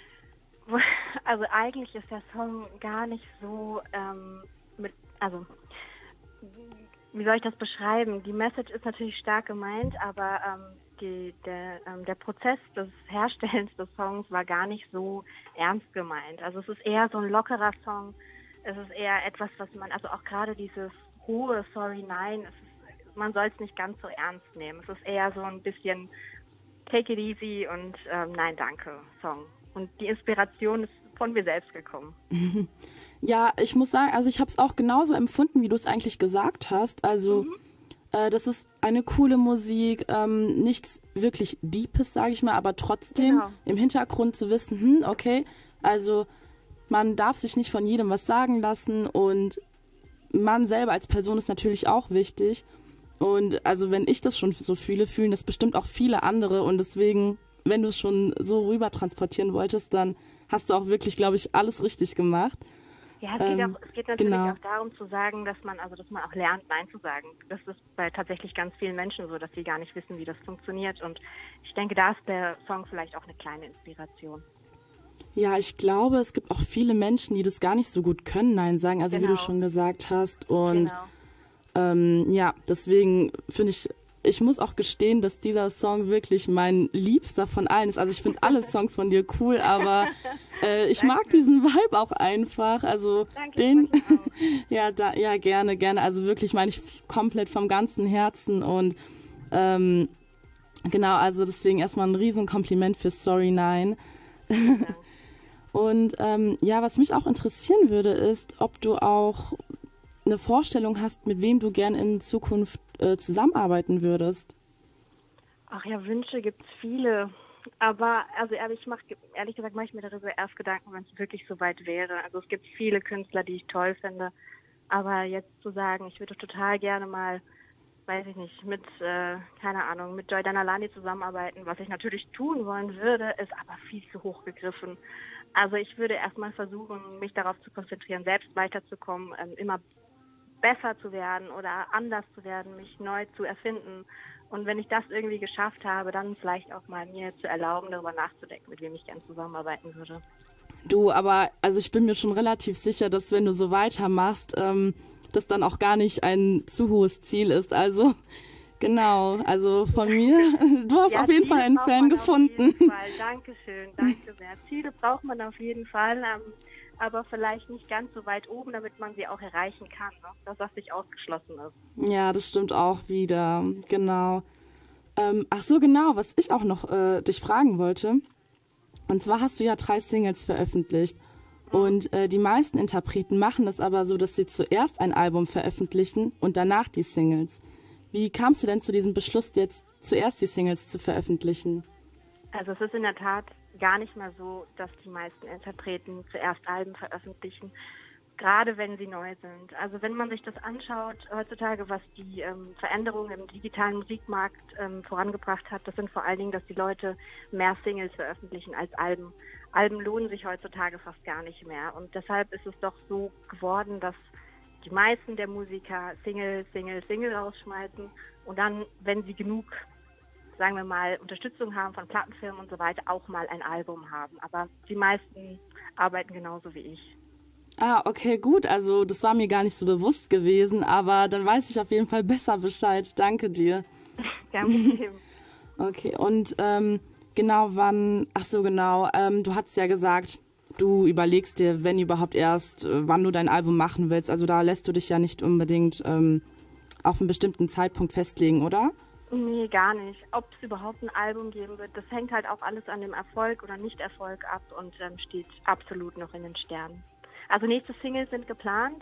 P: also eigentlich ist der Song gar nicht so ähm, mit, also wie soll ich das beschreiben? Die Message ist natürlich stark gemeint, aber ähm, die, der, ähm, der Prozess des Herstellens des Songs war gar nicht so ernst gemeint. Also es ist eher so ein lockerer Song. Es ist eher etwas, was man, also auch gerade dieses hohe Sorry Nein, es ist, man soll es nicht ganz so ernst nehmen. Es ist eher so ein bisschen Take it easy und ähm, Nein, danke Song. Und die Inspiration ist von mir selbst gekommen.
O: Ja, ich muss sagen, also ich habe es auch genauso empfunden, wie du es eigentlich gesagt hast. Also mhm. äh, das ist eine coole Musik, ähm, nichts wirklich Deepes, sage ich mal, aber trotzdem genau. im Hintergrund zu wissen, hm, okay, also man darf sich nicht von jedem was sagen lassen und man selber als Person ist natürlich auch wichtig. Und also wenn ich das schon so fühle, fühlen das bestimmt auch viele andere und deswegen, wenn du es schon so rüber transportieren wolltest, dann hast du auch wirklich, glaube ich, alles richtig gemacht.
P: Ja, es geht,
O: ähm,
P: auch, es geht natürlich
O: genau.
P: auch darum zu sagen, dass man, also dass man auch lernt, Nein zu sagen. Das ist bei tatsächlich ganz vielen Menschen so, dass sie gar nicht wissen, wie das funktioniert. Und ich denke, da ist der Song vielleicht auch eine kleine Inspiration.
O: Ja, ich glaube, es gibt auch viele Menschen, die das gar nicht so gut können, Nein sagen, also genau. wie du schon gesagt hast. Und
P: genau.
O: ähm, ja, deswegen finde ich, ich muss auch gestehen, dass dieser Song wirklich mein liebster von allen ist. Also ich finde alle Songs von dir cool, aber äh, ich mag diesen Vibe auch einfach. Also Danke, den, ja, da, ja gerne, gerne. Also wirklich meine ich komplett vom ganzen Herzen und ähm, genau, also deswegen erstmal ein riesen Kompliment für Sorry Nein. Und ähm, ja, was mich auch interessieren würde, ist, ob du auch eine Vorstellung hast, mit wem du gern in Zukunft äh, zusammenarbeiten würdest?
P: Ach ja, Wünsche gibt es viele. Aber also ehrlich, mach, ehrlich gesagt mache ich mir darüber erst Gedanken, wenn es wirklich so weit wäre. Also es gibt viele Künstler, die ich toll finde. Aber jetzt zu sagen, ich würde total gerne mal, weiß ich nicht, mit, äh, keine Ahnung, mit Joy Danalani zusammenarbeiten, was ich natürlich tun wollen würde, ist aber viel zu hoch gegriffen. Also ich würde erstmal versuchen, mich darauf zu konzentrieren, selbst weiterzukommen, ähm, immer besser zu werden oder anders zu werden, mich neu zu erfinden. Und wenn ich das irgendwie geschafft habe, dann vielleicht auch mal mir zu erlauben, darüber nachzudenken, mit wem ich gerne zusammenarbeiten würde.
O: Du, aber also ich bin mir schon relativ sicher, dass wenn du so weitermachst, ähm, das dann auch gar nicht ein zu hohes Ziel ist. Also genau, also von mir, du hast ja, auf jeden Ziele Fall einen Fan gefunden.
P: Auf jeden Fall. Dankeschön, danke sehr. Ziele braucht man auf jeden Fall. Ähm, aber vielleicht nicht ganz so weit oben, damit man sie auch erreichen kann, ne? Dass das nicht ausgeschlossen ist.
O: Ja, das stimmt auch wieder, genau. Ähm, ach so, genau, was ich auch noch äh, dich fragen wollte, und zwar hast du ja drei Singles veröffentlicht mhm. und äh, die meisten Interpreten machen das aber so, dass sie zuerst ein Album veröffentlichen und danach die Singles. Wie kamst du denn zu diesem Beschluss, jetzt zuerst die Singles zu veröffentlichen?
P: Also es ist in der Tat gar nicht mehr so, dass die meisten Interpreten zuerst Alben veröffentlichen, gerade wenn sie neu sind. Also wenn man sich das anschaut, heutzutage, was die ähm, Veränderungen im digitalen Musikmarkt ähm, vorangebracht hat, das sind vor allen Dingen, dass die Leute mehr Singles veröffentlichen als Alben. Alben lohnen sich heutzutage fast gar nicht mehr und deshalb ist es doch so geworden, dass die meisten der Musiker Single, Single, Single rausschmeißen und dann, wenn sie genug, sagen wir mal, Unterstützung haben von Plattenfirmen und so weiter, auch mal ein Album haben. Aber die meisten arbeiten genauso wie ich.
O: Ah, okay, gut. Also das war mir gar nicht so bewusst gewesen, aber dann weiß ich auf jeden Fall besser Bescheid. Danke dir.
P: Kein Problem.
O: Okay, und ähm, genau wann, ach so genau, ähm, du hast ja gesagt, du überlegst dir, wenn überhaupt erst, äh, wann du dein Album machen willst. Also da lässt du dich ja nicht unbedingt ähm, auf einen bestimmten Zeitpunkt festlegen, oder?
P: Nee, gar nicht. Ob es überhaupt ein Album geben wird, das hängt halt auch alles an dem Erfolg oder Nicht-Erfolg ab und ähm, steht absolut noch in den Sternen. Also nächste Singles sind geplant.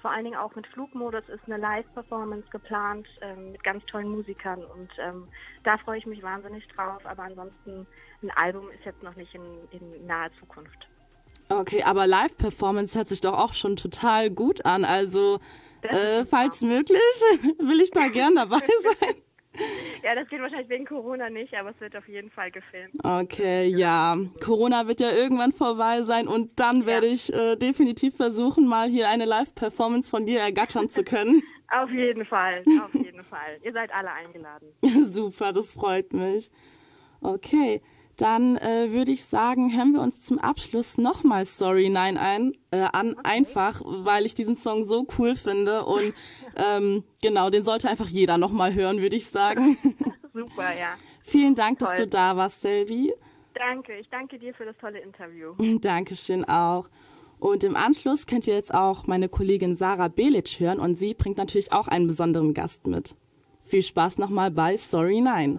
P: vor allen Dingen auch mit Flugmodus ist eine Live-Performance geplant ähm, mit ganz tollen Musikern und ähm, da freue ich mich wahnsinnig drauf, aber ansonsten ein Album ist jetzt noch nicht in, in naher Zukunft.
O: Okay, aber Live-Performance hört sich doch auch schon total gut an, also äh, falls möglich will ich da gern dabei sein.
P: Ja, das geht wahrscheinlich wegen Corona nicht, aber es wird auf jeden Fall gefilmt.
O: Okay, ja. Corona wird ja irgendwann vorbei sein und dann werde ja. ich äh, definitiv versuchen, mal hier eine Live-Performance von dir ergattern zu können.
P: Auf jeden Fall, auf jeden Fall. Ihr seid alle eingeladen.
O: Super, das freut mich. Okay, dann äh, würde ich sagen, hören wir uns zum Abschluss nochmal Sorry Nein ein, äh, an, okay. einfach, weil ich diesen Song so cool finde und ähm, genau, den sollte einfach jeder nochmal hören, würde ich sagen.
P: Super, ja.
O: Vielen Dank,
P: Toll.
O: dass du da warst, Selvi.
P: Danke, ich danke dir für das tolle Interview.
O: Dankeschön auch. Und im Anschluss könnt ihr jetzt auch meine Kollegin Sarah Belic hören und sie bringt natürlich auch einen besonderen Gast mit. Viel Spaß nochmal bei Sorry Nein.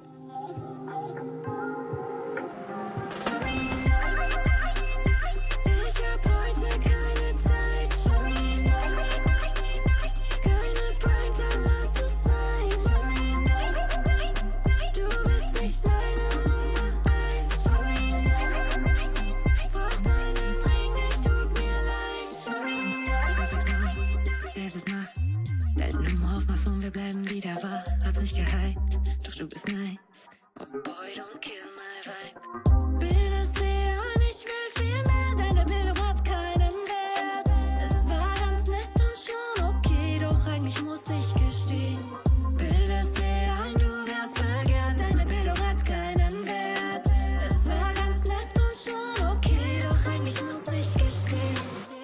N: Nicht gehypt, doch du bist nice. Oh boy, don't kill my vibe. Bildest dir an, ich will viel mehr. Deine Bildung hat keinen Wert. Es war ganz nett und schon okay, doch eigentlich muss ich gestehen. Bildest dir an, du wärst begehrt. Deine Bildung hat keinen Wert. Es war ganz nett und schon okay, doch eigentlich muss ich gestehen.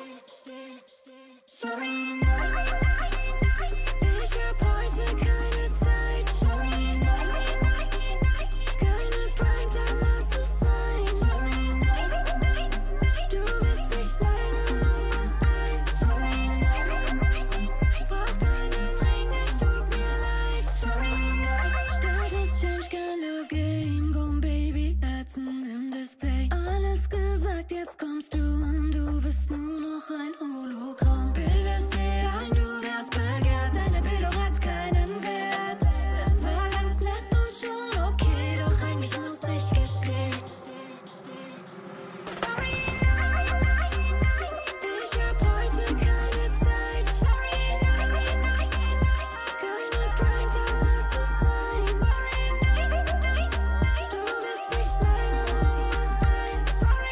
N: Sorry, ich hab heute keine Zeit. Jetzt kommst du und du bist nur noch ein Hologramm. Bildest dir ein, du wärst begehrt. Deine Bildung hat keinen Wert. Es war ganz nett und schon okay, doch eigentlich muss ich gestehen. Sorry, nein, nein, nein. Ich hab heute keine Zeit. Sorry, nein, nein, nein. Keine Primetime, lass es sein. Sorry, nein, nein, nein. Du bist nicht meine Nummer eins. Sorry,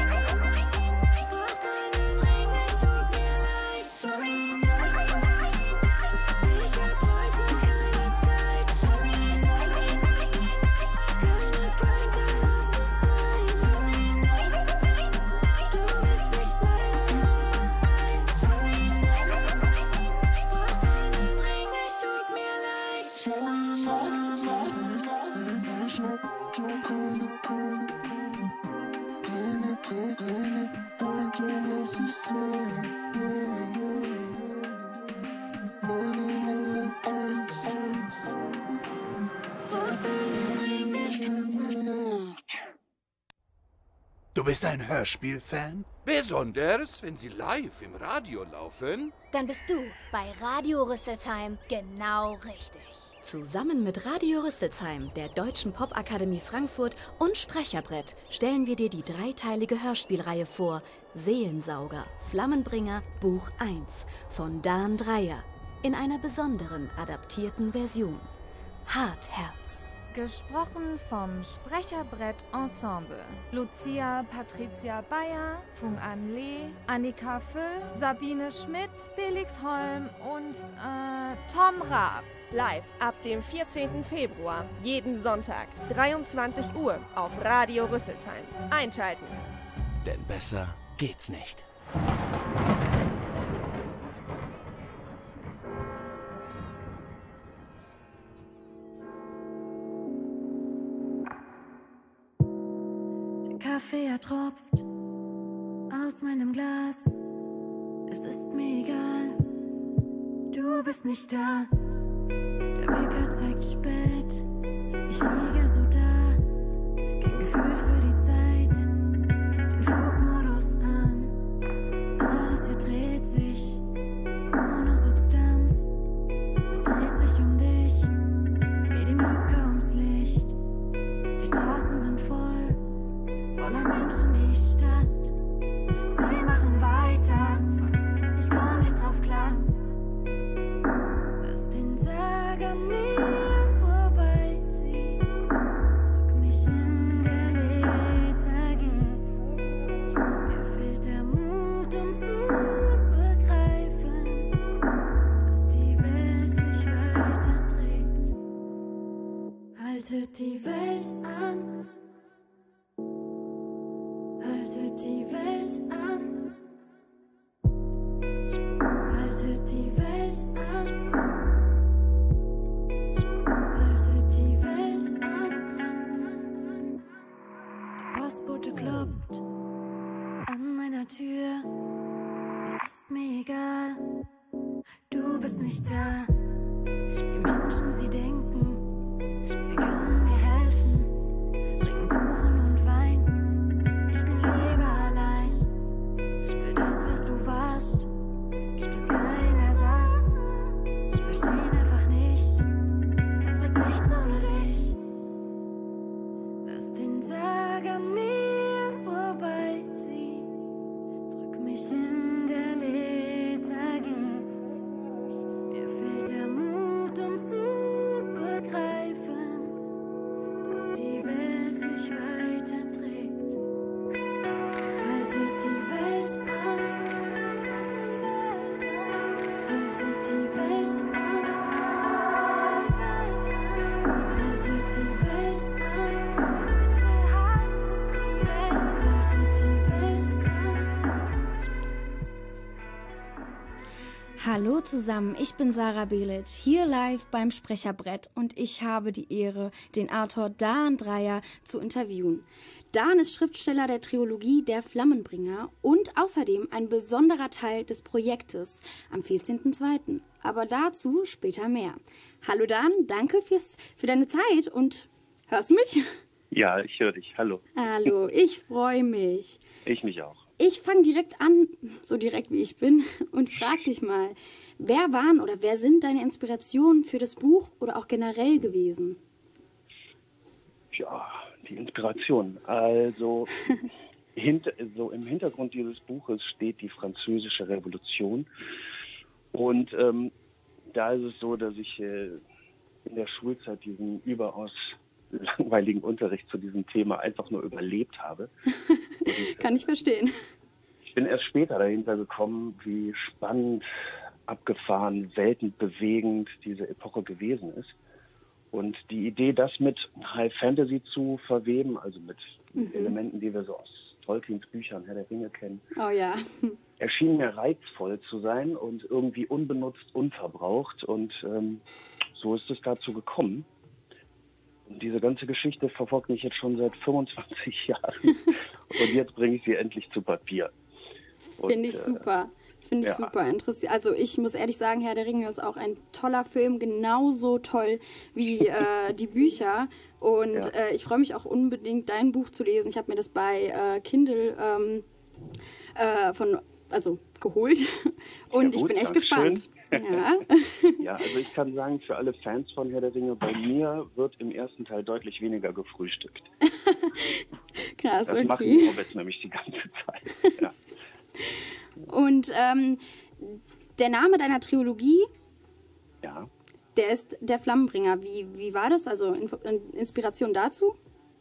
D: Du bist ein Hörspielfan? Besonders, wenn sie live im Radio laufen?
E: Dann bist du bei Radio Rüsselsheim genau richtig.
C: Zusammen mit Radio Rüsselsheim, der Deutschen Popakademie Frankfurt und Sprecherbrett stellen wir dir die dreiteilige Hörspielreihe vor Seelensauger, Flammenbringer, Buch eins von Dan Dreyer in einer besonderen adaptierten Version. Hartherz.
F: Gesprochen vom Sprecherbrett Ensemble. Lucia Patricia Bayer, Fung An Lee, Annika Füll, Sabine Schmidt, Felix Holm und äh, Tom Raab.
G: Live ab dem vierzehnten Februar, jeden Sonntag, dreiundzwanzig Uhr auf Radio Rüsselsheim. Einschalten.
A: Denn besser geht's nicht.
N: Kaffee, er tropft aus meinem Glas. Es ist mir egal, du bist nicht da. Der Wecker zeigt spät, ich liege so da. Kein Gefühl für die Zeit, den Flugmodus an. Alles hier dreht sich um nicht da. Die Menschen, sie denken, sie können mir helfen, bringen Kuchen und Wein. Ich bin lieber allein. Für das, was du warst, gibt es keinen Ersatz. Sie verstehen einfach nicht, es bringt nichts ohne dich. Lass den Tag an mir vorbeiziehen, drück mich in der Lethargie. Mir fehlt der Mut, um zu begreifen, dass die Welt sich weiter dreht. Haltet die Welt an, haltet die Welt an, haltet die Welt an, haltet die Welt an, bitte haltet die Welt, haltet die Welt an.
C: Hallo zusammen, ich bin Sarah Belic, hier live beim Sprecherbrett und ich habe die Ehre, den Autor Dan Dreyer zu interviewen. Dan ist Schriftsteller der Trilogie Der Flammenbringer und außerdem ein besonderer Teil des Projektes am vierzehnten zweiten Aber dazu später mehr. Hallo Dan, danke fürs, für deine Zeit und hörst du mich?
Q: Ja, ich höre dich. Hallo.
C: Hallo, ich freue mich.
Q: Ich mich auch.
C: Ich fange direkt an, so direkt wie ich bin, und frag dich mal, wer waren oder wer sind deine Inspirationen für das Buch oder auch generell gewesen?
Q: Ja, die Inspiration. Also hinter, so im Hintergrund dieses Buches steht die Französische Revolution. Und ähm, da ist es so, dass ich äh, in der Schulzeit diesen überaus langweiligen Unterricht zu diesem Thema einfach nur überlebt habe. Und,
C: Kann ich verstehen.
Q: Ich bin erst später dahinter gekommen, wie spannend, abgefahren, weltenbewegend diese Epoche gewesen ist. Und die Idee, das mit High Fantasy zu verweben, also mit mhm. Elementen, die wir so aus Tolkiens Büchern, Herr der Ringe kennen,
C: oh ja.
Q: erschien mir reizvoll zu sein und irgendwie unbenutzt, unverbraucht. Und ähm, so ist es dazu gekommen. Und diese ganze Geschichte verfolgt mich jetzt schon seit fünfundzwanzig Jahren. Und jetzt bringe ich sie endlich zu Papier.
C: Finde ich äh, super. Finde ich
Q: ja.
C: super interessant. Also ich muss ehrlich sagen, Herr der Ringe ist auch ein toller Film, genauso toll wie äh, die Bücher. Und ja. äh, ich freue mich auch unbedingt, dein Buch zu lesen. Ich habe mir das bei äh, Kindle ähm, äh, von, also geholt. Und ja, gut, ich bin echt gespannt. Ja.
Q: Ja, also ich kann sagen, für alle Fans von Herr der Ringe, bei mir wird im ersten Teil deutlich weniger gefrühstückt.
C: Krass,
Q: das
C: okay.
Q: machen die Hobbits nämlich die ganze Zeit. Ja.
C: Und ähm, der Name deiner Trilogie,
Q: ja.
C: der ist Der Flammenbringer. Wie, wie war das? Also in, in Inspiration dazu?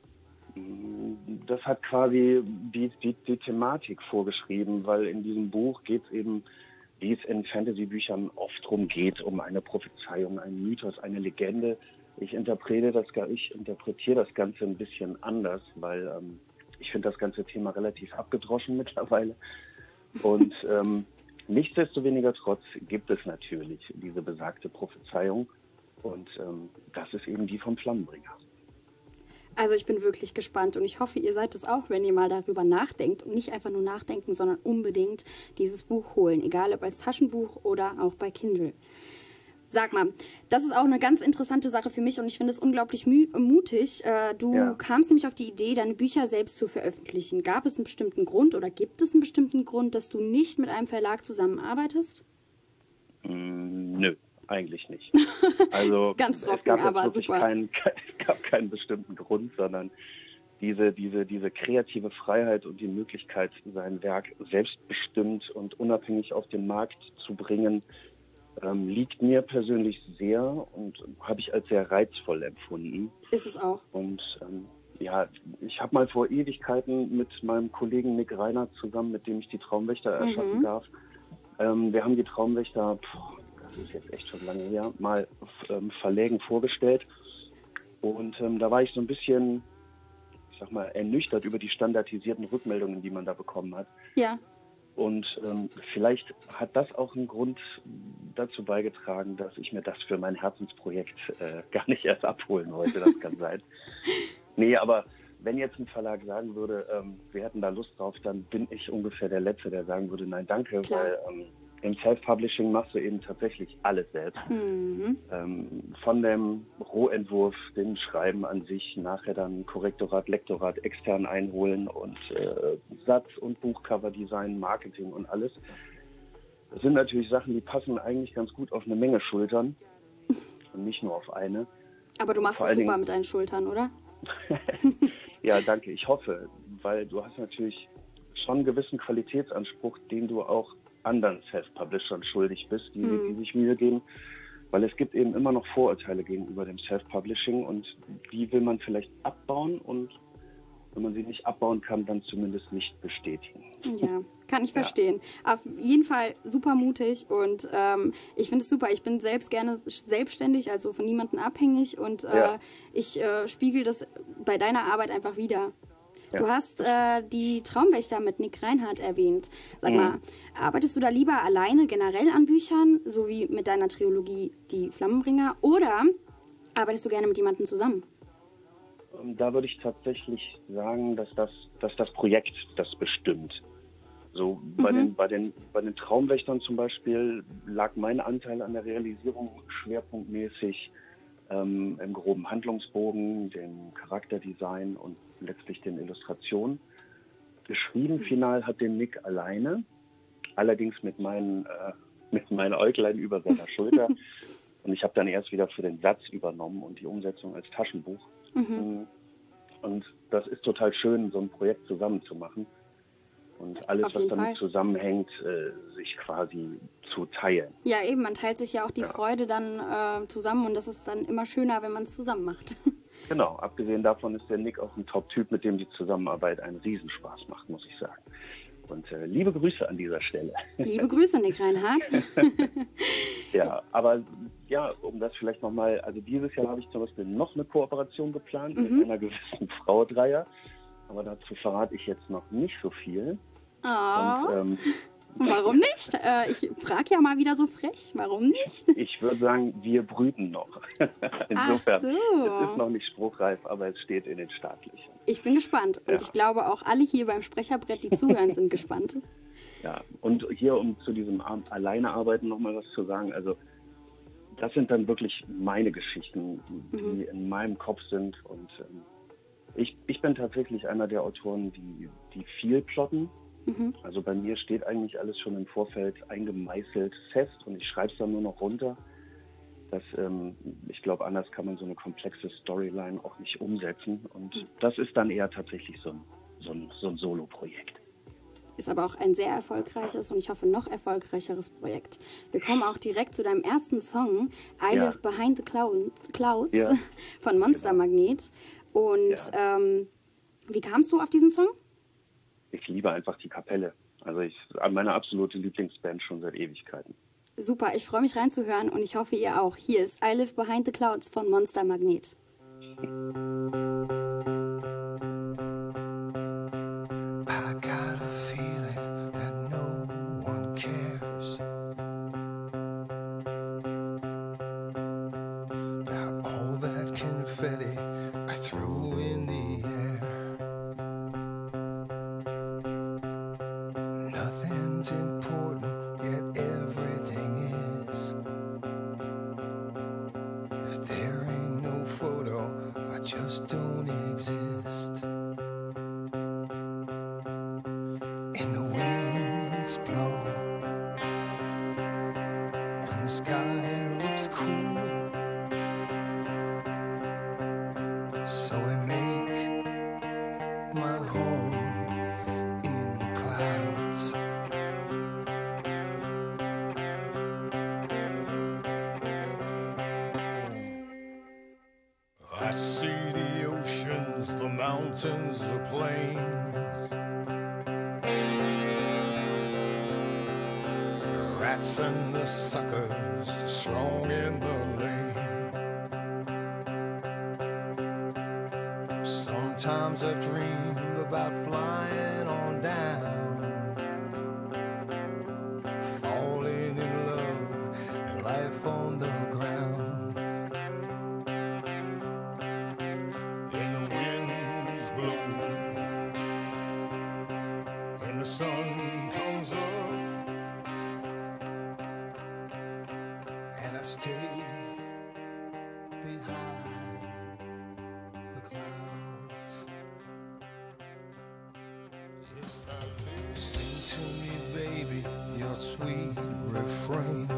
Q: Das hat quasi die, die, die Thematik vorgeschrieben, weil in diesem Buch geht es eben, wie es in Fantasy-Büchern oft darum geht, um eine Prophezeiung, einen Mythos, eine Legende. Ich interpretiere das, ich interpretiere das Ganze ein bisschen anders, weil ähm, ich finde das ganze Thema relativ abgedroschen mittlerweile. Und ähm, nichtsdestoweniger trotz gibt es natürlich diese besagte Prophezeiung und ähm, das ist eben die vom Flammenbringer.
C: Also ich bin wirklich gespannt und ich hoffe, ihr seid es auch, wenn ihr mal darüber nachdenkt und nicht einfach nur nachdenken, sondern unbedingt dieses Buch holen, egal ob als Taschenbuch oder auch bei Kindle. Sag mal, das ist auch eine ganz interessante Sache für mich und ich finde es unglaublich mü- mutig. Äh, du ja. kamst nämlich auf die Idee, deine Bücher selbst zu veröffentlichen. Gab es einen bestimmten Grund oder gibt es einen bestimmten Grund, dass du nicht mit einem Verlag zusammenarbeitest?
Q: Mm, nö, eigentlich nicht. Also
C: ganz trocken,
Q: es gab
C: aber
Q: jetzt
C: super.
Q: Kein, kein, es gab keinen bestimmten Grund, sondern diese, diese, diese kreative Freiheit und die Möglichkeit, sein Werk selbstbestimmt und unabhängig auf den Markt zu bringen, Ähm, liegt mir persönlich sehr und habe ich als sehr reizvoll empfunden.
C: Ist es auch.
Q: Und ähm, ja, ich habe mal vor Ewigkeiten mit meinem Kollegen Nick Reinhardt zusammen, mit dem ich die Traumwächter erschaffen
C: mhm.
Q: darf, ähm, wir haben die Traumwächter, pff, das ist jetzt echt schon lange her, mal ähm, Verlägen vorgestellt. Und ähm, da war ich so ein bisschen, ich sag mal, ernüchtert über die standardisierten Rückmeldungen, die man da bekommen hat.
C: Ja.
Q: Und ähm, vielleicht hat das auch einen Grund dazu beigetragen, dass ich mir das für mein Herzensprojekt äh, gar nicht erst abholen wollte. Das kann sein. Nee, aber wenn jetzt ein Verlag sagen würde, ähm, wir hätten da Lust drauf, dann bin ich ungefähr der Letzte, der sagen würde, nein, danke,
C: Klar.
Q: weil ähm, im Self-Publishing machst du eben tatsächlich alles selbst.
R: Mhm.
Q: Ähm, von dem Rohentwurf, dem Schreiben an sich, nachher dann Korrektorat, Lektorat extern einholen und äh, Satz- und Buchcover-Design, Marketing und alles. Das sind natürlich Sachen, die passen eigentlich ganz gut auf eine Menge Schultern und nicht nur auf eine.
R: Aber du machst
Q: Vor
R: es
Q: allen
R: super
Q: Dingen-
R: mit deinen Schultern, oder?
Q: Ja, danke. Ich hoffe, weil du hast natürlich schon einen gewissen Qualitätsanspruch, den du auch anderen Self-Publishern schuldig bist, die,
R: Mhm.
Q: die sich Mühe geben. Weil es gibt eben immer noch Vorurteile gegenüber dem Self-Publishing und die will man vielleicht abbauen und wenn man sie nicht abbauen kann, dann zumindest nicht bestätigen.
R: Ja, kann ich verstehen. Auf jeden Fall super mutig und ähm, ich finde es super. Ich bin selbst gerne selbstständig, also von niemandem abhängig und äh,
Q: Ja.
R: ich äh, spiegel das bei deiner Arbeit einfach wieder.
Q: Ja.
R: Du hast äh, die Traumwächter mit Nick Reinhardt erwähnt. Sag
Q: Mhm.
R: mal, arbeitest du da lieber alleine generell an Büchern, so wie mit deiner Trilogie Die Flammenbringer, oder arbeitest du gerne mit jemandem zusammen?
Q: Da würde ich tatsächlich sagen, dass das, dass das Projekt das bestimmt. So bei,
R: Mhm.
Q: den, bei, den, bei den Traumwächtern zum Beispiel lag mein Anteil an der Realisierung schwerpunktmäßig ähm, im groben Handlungsbogen, dem Charakterdesign und letztlich den Illustrationen. Geschrieben final hat den Nick alleine, allerdings mit meinen, äh, mit meinen Äuglein über seiner Schulter. Und ich habe dann erst wieder für den Satz übernommen und die Umsetzung als Taschenbuch.
R: Mhm.
Q: Und das ist total schön, so ein Projekt zusammen zu machen und alles,
R: Auf
Q: was
R: jeden
Q: damit
R: Fall.
Q: zusammenhängt, äh, sich quasi zu teilen.
R: Ja, eben, man teilt sich ja auch die Freude dann äh, zusammen und das ist dann immer schöner, wenn man es zusammen macht.
Q: Genau, abgesehen davon ist der Nick auch ein Top-Typ, mit dem die Zusammenarbeit einen Riesenspaß macht, muss ich sagen. Und äh, liebe Grüße an dieser Stelle.
R: Liebe Grüße, Nick Reinhardt.
Q: Ja, aber ja, um das vielleicht nochmal, also dieses Jahr habe ich zum Beispiel noch eine Kooperation geplant
R: Mhm.
Q: mit einer gewissen Frau Dreier, aber dazu verrate ich jetzt noch nicht so viel.
R: Ah.
Q: Und, ähm,
R: Warum nicht? Äh, ich frage ja mal wieder so frech. Warum nicht?
Q: ich würde sagen, wir brüten noch. Insofern,
R: Ach so.
Q: es ist noch nicht spruchreif, aber es steht in den Startlöchern.
R: Ich bin gespannt. Und
Q: Ja.
R: ich glaube auch alle hier beim Sprecherbrett, die zuhören, sind gespannt.
Q: Ja, und hier, um zu diesem Ar- Alleinearbeiten nochmal was zu sagen, also das sind dann wirklich meine Geschichten, die
R: Mhm.
Q: in meinem Kopf sind und ähm, ich, ich bin tatsächlich einer der Autoren, die, die viel plotten.
R: Mhm.
Q: Also bei mir steht eigentlich alles schon im Vorfeld eingemeißelt fest und ich schreibe es dann nur noch runter. Das, ähm, ich glaube, anders kann man so eine komplexe Storyline auch nicht umsetzen und das ist dann eher tatsächlich so ein, so ein, so ein Solo-Projekt.
R: Ist aber auch ein sehr erfolgreiches und ich hoffe noch erfolgreicheres Projekt. Wir kommen auch direkt zu deinem ersten Song, I
Q: Ja.
R: Live Behind the Cloud- Clouds
Q: Ja.
R: von Monster Magnet. Und ähm, wie kamst du auf diesen Song?
Q: Ich liebe einfach die Kapelle. Also ich meine absolute Lieblingsband schon seit Ewigkeiten.
R: Super, ich freue mich reinzuhören und ich hoffe ihr auch. Hier ist I Live Behind the Clouds von Monster Magnet.
K: I got a feeling that no one cares about all that confetti I threw in the air. Nothing's important, yet everything is. If there ain't no photo, I just don't exist. And the winds blow, and the sky looks cool. So I make my home in the clouds. I see the oceans, the mountains, the plains. The rats and the suckers, the strong and the lame. Sometimes I dream about flying on down, falling in love and life on the ground. And the winds blow, and the sun comes up,
S: and I stay behind the clouds. Yes, I live. Sing to me, baby, your sweet refrain.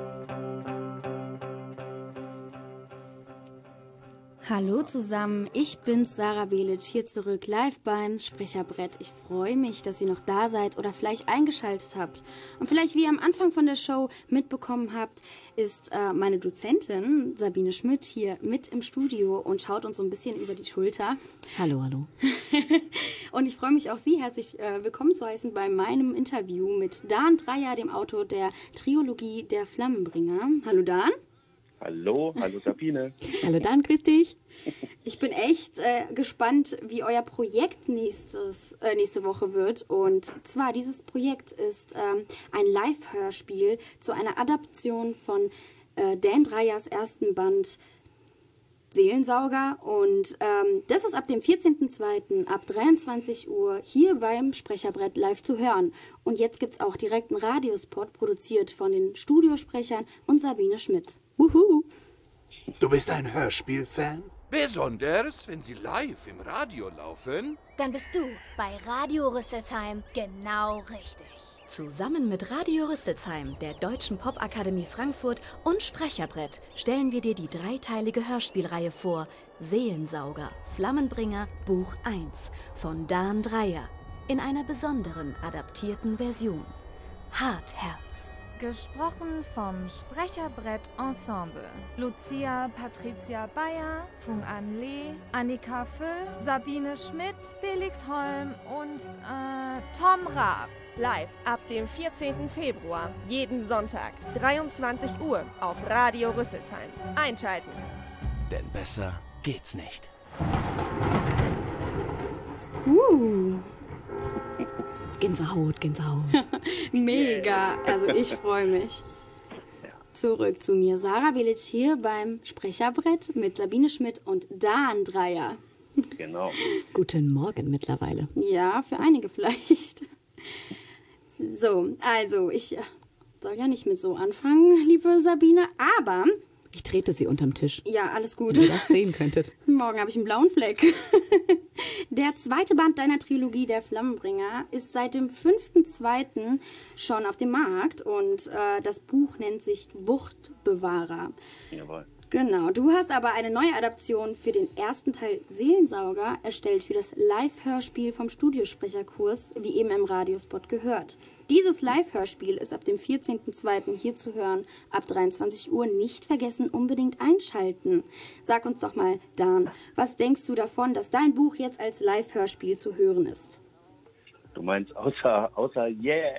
T: Hallo zusammen, ich bin's, Sarah Belic, hier zurück live beim Sprecherbrett. Ich freue mich, dass ihr noch da seid oder vielleicht eingeschaltet habt. Und vielleicht, wie ihr am Anfang von der Show mitbekommen habt, ist äh, meine Dozentin Sabine Schmidt hier mit im Studio und schaut uns so ein bisschen über die Schulter.
C: Hallo, hallo.
T: Und ich freue mich auch, Sie herzlich äh, willkommen zu heißen bei meinem Interview mit Dan Dreyer, dem Autor der Trilogie Der Flammenbringer. Hallo Dan.
Q: Hallo, hallo Sabine.
C: Hallo Dan, grüß dich.
T: Ich bin echt äh, gespannt, wie euer Projekt nächstes, äh, nächste Woche wird. Und zwar, dieses Projekt ist ähm, ein Live-Hörspiel zu einer Adaption von äh, Dan Dreyers ersten Band Seelensauger. Und ähm, das ist ab dem vierzehnten zweiten ab dreiundzwanzig Uhr hier beim Sprecherbrett live zu hören. Und jetzt gibt's auch direkt einen Radiospot, produziert von den Studiosprechern und Sabine Schmidt. Wuhu!
D: Du bist ein Hörspielfan? Besonders, wenn sie live im Radio laufen?
E: Dann bist du bei Radio Rüsselsheim genau richtig.
C: Zusammen mit Radio Rüsselsheim, der Deutschen Popakademie Frankfurt und Sprecherbrett stellen wir dir die dreiteilige Hörspielreihe vor. Seelensauger, Flammenbringer, Buch eins von Dan Dreyer. In einer besonderen, adaptierten Version. Hartherz.
F: Gesprochen vom Sprecherbrett Ensemble. Lucia Patricia Bayer, Fung An Lee, Annika Füll, Sabine Schmidt, Felix Holm und äh, Tom Raab.
G: Live ab dem vierzehnten Februar, jeden Sonntag, dreiundzwanzig Uhr auf Radio Rüsselsheim. Einschalten.
A: Denn besser geht's nicht.
T: Uh.
C: Gänsehaut, Gänsehaut.
T: Mega, also ich freue mich. Zurück zu mir, Sarah Belic hier beim Sprecherbrett mit Sabine Schmidt und Dan Dreyer.
Q: Genau.
C: Guten Morgen mittlerweile.
T: Ja, für einige vielleicht. So, also ich soll ja nicht mit so anfangen, liebe Sabine, aber...
C: Ich trete sie unterm Tisch.
T: Ja, alles gut.
C: Wenn ihr das sehen könntet.
T: Morgen habe ich einen blauen Fleck. Der zweite Band deiner Trilogie Der Flammenbringer ist seit dem fünften zweiten schon auf dem Markt und äh, das Buch nennt sich Wuchtbewahrer.
Q: Jawohl.
T: Genau, du hast aber eine neue Adaption für den ersten Teil Seelensauger erstellt für das Live-Hörspiel vom Studiosprecherkurs, wie eben im Radiospot gehört. Dieses Live-Hörspiel ist ab dem vierzehnten zweiten hier zu hören, ab dreiundzwanzig Uhr. Nicht vergessen, unbedingt einschalten. Sag uns doch mal, Dan, was denkst du davon, dass dein Buch jetzt als Live-Hörspiel zu hören ist?
Q: Du meinst außer, außer yeah.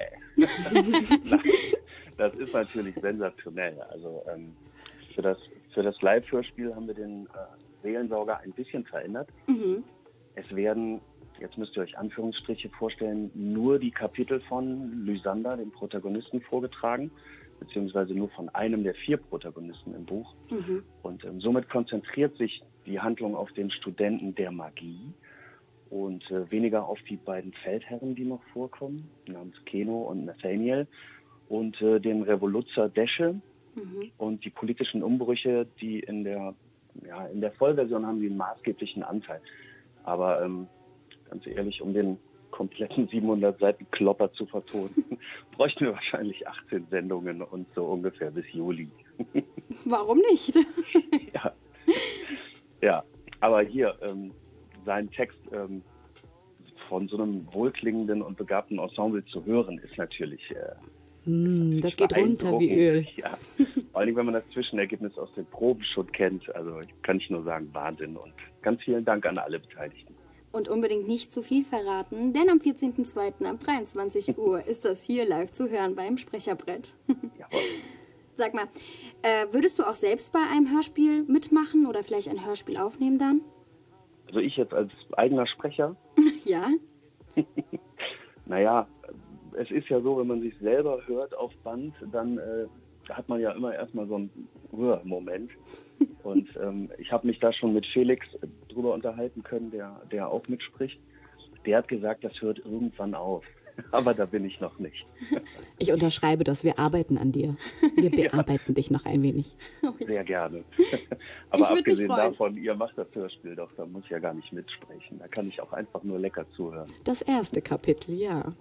Q: Das ist natürlich sensationell. Also ähm, für das Für das Live-Hörspiel haben wir den äh, Seelensauger ein bisschen verändert.
T: Mhm.
Q: Es werden, jetzt müsst ihr euch Anführungsstriche vorstellen, nur die Kapitel von Lysander, dem Protagonisten, vorgetragen, beziehungsweise nur von einem der vier Protagonisten im Buch.
T: Mhm.
Q: Und ähm, somit konzentriert sich die Handlung auf den Studenten der Magie und äh, weniger auf die beiden Feldherren, die noch vorkommen, namens Keno und Nathaniel, und äh, den Revoluzzer Desche.
T: Mhm.
Q: Und die politischen Umbrüche, die in der, ja, in der Vollversion haben die einen maßgeblichen Anteil. Aber ähm, ganz ehrlich, um den kompletten siebenhundert Seiten Klopper zu vertonen, bräuchten wir wahrscheinlich achtzehn Sendungen und so ungefähr bis Juli.
T: Warum nicht?
Q: ja. ja, aber hier, ähm, sein Text ähm, von so einem wohlklingenden und begabten Ensemble zu hören, ist natürlich... Äh,
C: Mm, das geht runter wie Öl.
Q: Ja. Vor allem, wenn man das Zwischenergebnis aus dem Probenschutt kennt. Also kann ich nur sagen, Wahnsinn. Und ganz vielen Dank an alle Beteiligten.
T: Und unbedingt nicht zu viel verraten, denn am vierzehnten zweiten ab dreiundzwanzig Uhr ist das hier live zu hören beim Sprecherbrett.
Q: Jawohl.
T: Sag mal, äh, würdest du auch selbst bei einem Hörspiel mitmachen oder vielleicht ein Hörspiel aufnehmen dann?
Q: Also ich jetzt als eigener Sprecher?
T: Ja.
Q: Naja, es ist ja so, wenn man sich selber hört auf Band, dann äh, hat man ja immer erstmal so einen Moment. Und ähm, ich habe mich da schon mit Felix drüber unterhalten können, der, der auch mitspricht. Der hat gesagt, das hört irgendwann auf. aber da bin ich noch nicht.
C: Ich unterschreibe das, wir arbeiten an dir. Wir bearbeiten ja. dich noch ein wenig.
Q: Sehr gerne. Aber abgesehen davon, ihr macht das Hörspiel doch, da muss ich ja gar nicht mitsprechen. Da kann ich auch einfach nur lecker zuhören.
C: Das erste Kapitel, ja.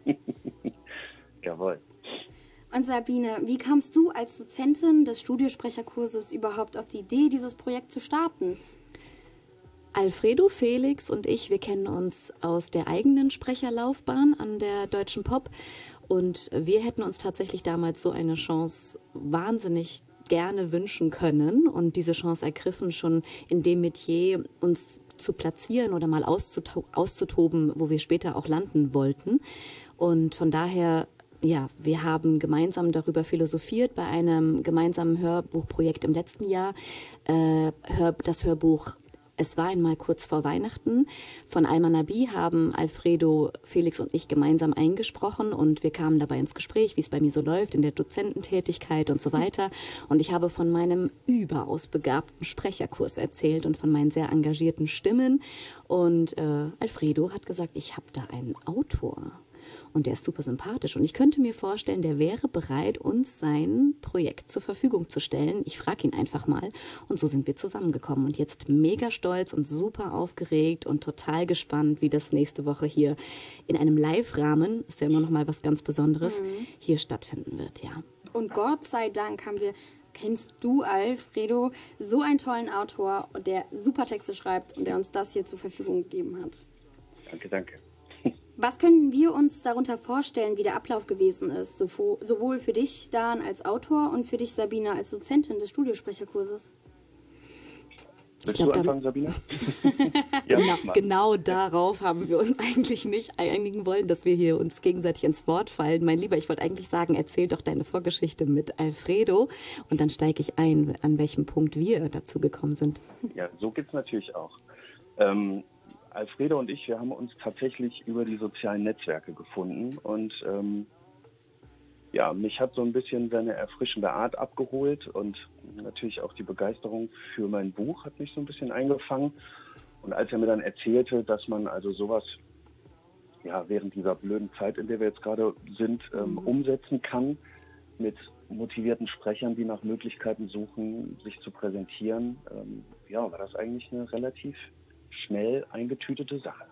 Q: Jawohl.
T: Und Sabine, wie kamst du als Dozentin des Studiosprecherkurses überhaupt auf die Idee, dieses Projekt zu starten?
C: Alfredo, Felix und ich, wir kennen uns aus der eigenen Sprecherlaufbahn an der Deutschen Pop und wir hätten uns tatsächlich damals so eine Chance wahnsinnig gerne wünschen können und diese Chance ergriffen, schon in dem Metier uns zu platzieren oder mal auszuto- auszutoben, wo wir später auch landen wollten. Und von daher, ja, wir haben gemeinsam darüber philosophiert bei einem gemeinsamen Hörbuchprojekt im letzten Jahr, äh, Hör, das Hörbuch Es war einmal kurz vor Weihnachten. Von Alma Nabi haben Alfredo, Felix und ich gemeinsam eingesprochen und wir kamen dabei ins Gespräch, wie es bei mir so läuft in der Dozententätigkeit und so weiter. Und ich habe von meinem überaus begabten Sprecherkurs erzählt und von meinen sehr engagierten Stimmen. Und äh, Alfredo hat gesagt, ich habe da einen Autor. Und der ist super sympathisch. Und ich könnte mir vorstellen, der wäre bereit, uns sein Projekt zur Verfügung zu stellen. Ich frage ihn einfach mal. Und so sind wir zusammengekommen. Und jetzt mega stolz und super aufgeregt und total gespannt, wie das nächste Woche hier in einem Live-Rahmen, ist ja immer noch mal was ganz Besonderes, mhm. hier stattfinden wird, ja.
T: Und Gott sei Dank haben wir, kennst du, Alfredo, so einen tollen Autor, der super Texte schreibt und der uns das hier zur Verfügung gegeben hat.
Q: Danke, danke.
T: Was können wir uns darunter vorstellen, wie der Ablauf gewesen ist, sowohl für dich, Dan, als Autor und für dich, Sabine, als Dozentin des Studiosprecherkurses?
Q: Willst du anfangen, Sabine?
C: ja, genau, genau darauf haben wir uns eigentlich nicht einigen wollen, dass wir hier uns gegenseitig ins Wort fallen. Mein Lieber, ich wollte eigentlich sagen, erzähl doch deine Vorgeschichte mit Alfredo und dann steige ich ein, an welchem Punkt wir dazu gekommen sind.
Q: Ja, so geht's natürlich auch. Ähm, Alfredo und ich, wir haben uns tatsächlich über die sozialen Netzwerke gefunden und ähm, ja, mich hat so ein bisschen seine erfrischende Art abgeholt und natürlich auch die Begeisterung für mein Buch hat mich so ein bisschen eingefangen. Und als er mir dann erzählte, dass man also sowas ja während dieser blöden Zeit, in der wir jetzt gerade sind, ähm, mhm. umsetzen kann mit motivierten Sprechern, die nach Möglichkeiten suchen, sich zu präsentieren, ähm, ja, war das eigentlich eine relativ schnell eingetütete Sache.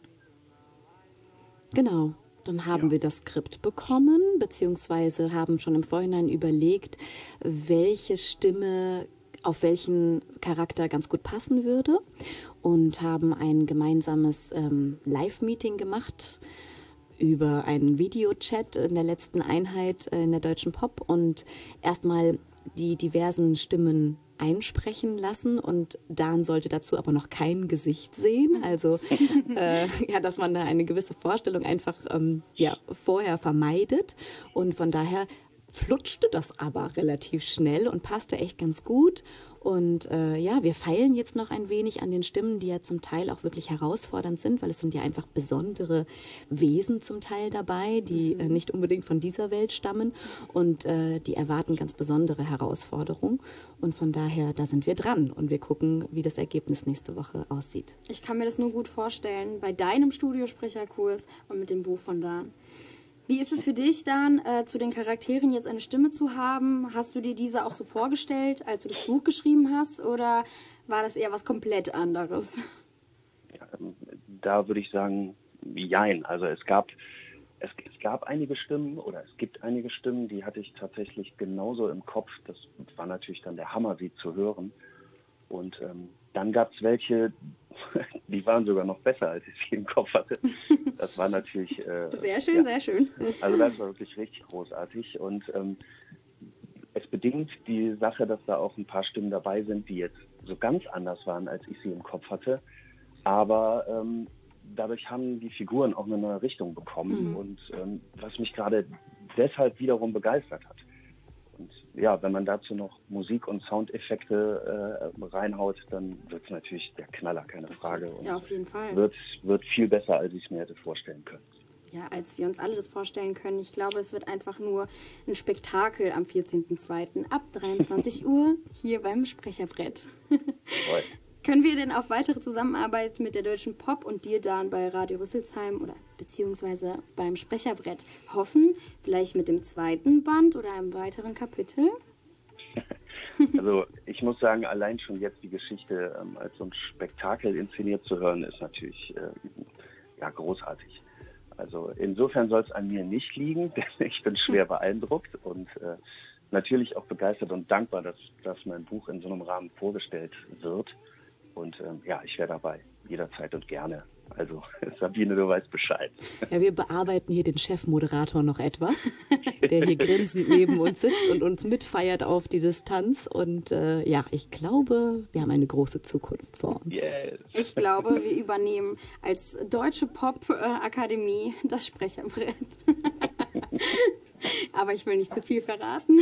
C: Genau. Dann haben ja. wir das Skript bekommen, beziehungsweise haben schon im Vorhinein überlegt, welche Stimme auf welchen Charakter ganz gut passen würde und haben ein gemeinsames ähm, Live-Meeting gemacht über einen Videochat in der letzten Einheit äh, in der Deutschen Pop und erstmal die diversen Stimmen einsprechen lassen und Dan sollte dazu aber noch kein Gesicht sehen, also äh, ja, dass man da eine gewisse Vorstellung einfach ähm, ja, vorher vermeidet und von daher flutschte das aber relativ schnell und passte echt ganz gut und äh, ja, wir feilen jetzt noch ein wenig an den Stimmen, die ja zum Teil auch wirklich herausfordernd sind, weil es sind ja einfach besondere Wesen zum Teil dabei, die äh, nicht unbedingt von dieser Welt stammen und äh, die erwarten ganz besondere Herausforderungen und von daher, da sind wir dran und wir gucken, wie das Ergebnis nächste Woche aussieht.
T: Ich kann mir das nur gut vorstellen, bei deinem Studiosprecherkurs und mit dem Buch von Dan. Wie ist es für dich dann, äh, zu den Charakteren jetzt eine Stimme zu haben? Hast du dir diese auch so vorgestellt, als du das Buch geschrieben hast, oder war das eher was komplett anderes?
Q: Ja, da würde ich sagen, jein. Also es gab, es, es gab einige Stimmen oder es gibt einige Stimmen, die hatte ich tatsächlich genauso im Kopf. Das war natürlich dann der Hammer, sie zu hören. Und ähm, dann gab es welche, die waren sogar noch besser, als ich sie im Kopf hatte. Das war natürlich... Äh,
T: sehr schön,
Q: ja,
T: sehr schön.
Q: Also das war wirklich richtig großartig. Und ähm, es bedingt die Sache, dass da auch ein paar Stimmen dabei sind, die jetzt so ganz anders waren, als ich sie im Kopf hatte. Aber ähm, dadurch haben die Figuren auch eine neue Richtung bekommen. Mhm. Und ähm, was mich gerade deshalb wiederum begeistert hat. Und ja, wenn man dazu noch Musik und Soundeffekte äh, reinhaut, dann wird es natürlich der Knaller, keine
T: das
Q: Frage.
T: Wird, ja, auf jeden Fall.
Q: Wird, wird viel besser, als ich es mir hätte vorstellen können.
T: Ja, als wir uns alle das vorstellen können. Ich glaube, es wird einfach nur ein Spektakel am vierzehnten zweiten ab dreiundzwanzig Uhr hier beim Sprecherbrett. Können wir denn auf weitere Zusammenarbeit mit der Deutschen Pop und dir dann bei Radio Rüsselsheim oder beziehungsweise beim Sprecherbrett hoffen? Vielleicht mit dem zweiten Band oder einem weiteren Kapitel?
Q: Also ich muss sagen, allein schon jetzt die Geschichte ähm, als so ein Spektakel inszeniert zu hören, ist natürlich äh, ja, großartig. Also insofern soll es an mir nicht liegen, denn ich bin schwer beeindruckt und äh, natürlich auch begeistert und dankbar, dass, dass mein Buch in so einem Rahmen vorgestellt wird. Und ähm, ja, ich wäre dabei, jederzeit und gerne. Also Sabine, du weißt Bescheid.
B: Ja, wir bearbeiten hier den Chefmoderator noch etwas, der hier grinsend neben uns sitzt und uns mitfeiert auf die Distanz. Und äh, ja, ich glaube, wir haben eine große Zukunft vor uns.
Q: Yes.
T: Ich glaube, wir übernehmen als Deutsche Pop-Akademie das Sprecherbrett. Aber ich will nicht zu viel verraten.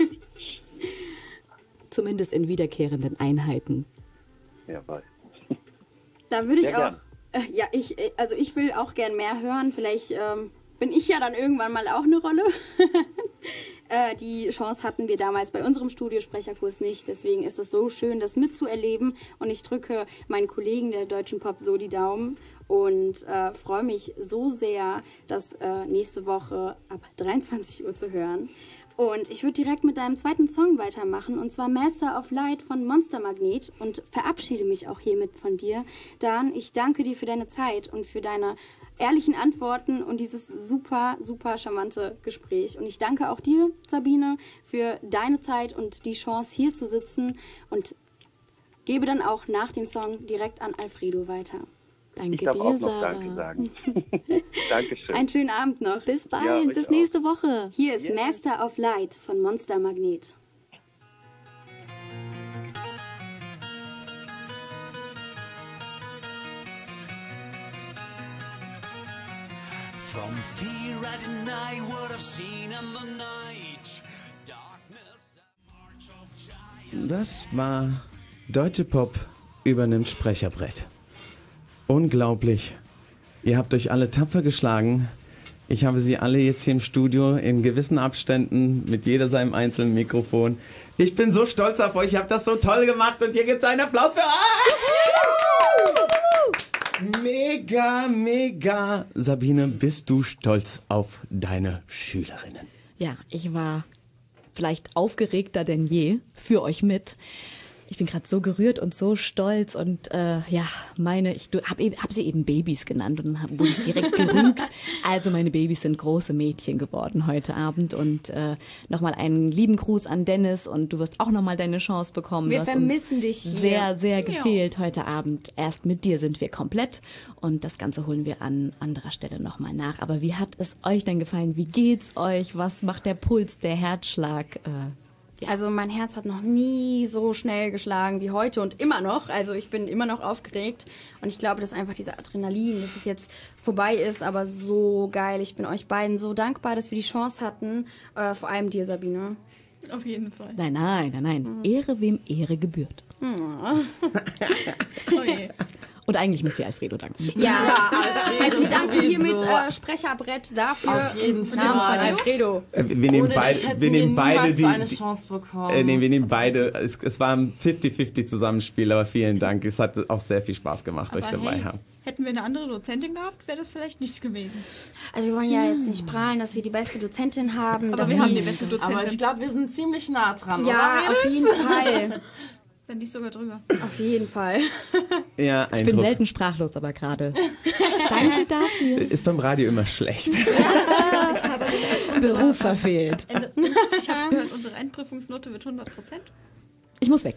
B: Zumindest in wiederkehrenden Einheiten.
Q: Jawohl.
T: Da würde ich
Q: Sehr
T: auch,
Q: gern.
T: äh, ja, ich, also ich will auch gern mehr hören. Vielleicht ähm, bin ich ja dann irgendwann mal auch eine Rolle. äh, die Chance hatten wir damals bei unserem Studiosprecherkurs nicht. Deswegen ist es so schön, das mitzuerleben. Und ich drücke meinen Kollegen der Deutschen Pop so die Daumen und äh, freue mich so sehr, das äh, nächste Woche ab dreiundzwanzig Uhr zu hören. Und ich würde direkt mit deinem zweiten Song weitermachen, und zwar Master of Light von Monster Magnet, und verabschiede mich auch hiermit von dir. Dan, ich danke dir für deine Zeit und für deine ehrlichen Antworten und dieses super, super charmante Gespräch. Und ich danke auch dir, Sabine, für deine Zeit und die Chance, hier zu sitzen, und gebe dann auch nach dem Song direkt an Alfredo weiter. Danke
Q: ich darf
T: dir,
Q: auch noch
T: Sarah.
Q: Danke sagen. Dankeschön.
T: Einen schönen Abend noch.
B: Bis bald,
Q: Ja, euch
B: bis
Q: auch.
B: nächste Woche.
T: Hier ist Master of Light von Monster Magnet.
S: From fear I deny what I've seen in the night. Darkness, march of giants.
B: Das war Deutsche Pop übernimmt Sprecherbrett. Unglaublich. Ihr habt euch alle tapfer geschlagen. Ich habe sie alle jetzt hier im Studio in gewissen Abständen mit jeder seinem einzelnen Mikrofon. Ich bin so stolz auf euch. Ihr habt das so toll gemacht und hier gibt es einen Applaus für euch. Mega, mega. Sabine, bist du stolz auf deine Schülerinnen?
C: Ja, ich war vielleicht aufgeregter denn je für euch mit. Ich bin gerade so gerührt und so stolz und äh, ja, meine, ich habe hab sie eben Babys genannt und dann hab, wurde ich direkt gerügt. Also meine Babys sind große Mädchen geworden heute Abend und äh, nochmal einen lieben Gruß an Dennis, und du wirst auch nochmal deine Chance bekommen.
T: Wir
C: du hast
T: vermissen
C: uns
T: dich hier.
C: sehr, sehr
T: Ja.
C: gefehlt heute Abend. Erst mit dir sind wir komplett und das Ganze holen wir an anderer Stelle nochmal nach. Aber wie hat es euch denn gefallen? Wie geht's euch? Was macht der Puls, der Herzschlag? Äh,
T: Also mein Herz hat noch nie so schnell geschlagen wie heute und immer noch. Also ich bin immer noch aufgeregt und ich glaube, dass einfach dieser Adrenalin, dass es jetzt vorbei ist, aber so geil. Ich bin euch beiden so dankbar, dass wir die Chance hatten. Äh, vor allem dir, Sabine.
I: Auf jeden Fall.
C: Nein, nein, nein, nein.
T: Mhm.
C: Ehre, wem Ehre gebührt.
I: Oh je.
C: Und eigentlich müsst ihr Alfredo danken.
T: Ja,
O: Alfredo
T: also wir danken
O: sowieso.
T: hiermit äh, Sprecherbrett dafür.
O: Auf jeden
T: im Namen von
O: Fall.
T: Alfredo.
B: Äh, Wir nehmen,
O: Ohne
B: beid,
O: dich hätten
B: wir nehmen
O: wir
B: beide
O: niemals
B: die,
O: so eine
B: die
O: Chance bekommen.
B: Äh, nee, wir nehmen beide. Es, es war ein fünfzig fünfzig Zusammenspiel, aber vielen Dank. Es hat auch sehr viel Spaß gemacht,
I: Aber
B: euch dabei
I: hey,
B: haben.
I: hätten wir eine andere Dozentin gehabt, wäre das vielleicht nicht gewesen.
T: Also wir wollen ja jetzt nicht prahlen, dass wir die beste Dozentin haben.
I: Aber
T: dass
I: wir
T: sie,
I: haben die beste Dozentin.
O: Aber ich glaube, wir sind ziemlich nah dran,
T: Ja,
O: oder?
T: auf jeden Fall.
I: Wenn nicht sogar drüber.
T: Auf jeden Fall.
B: Ja,
C: Ich bin
B: Eindruck.
C: selten sprachlos, aber gerade. Danke dafür.
B: Ist beim Radio immer schlecht.
C: Beruf verfehlt.
I: Ende- Ich habe gehört, unsere Endprüfungsnote wird hundert Prozent.
C: Ich muss weg.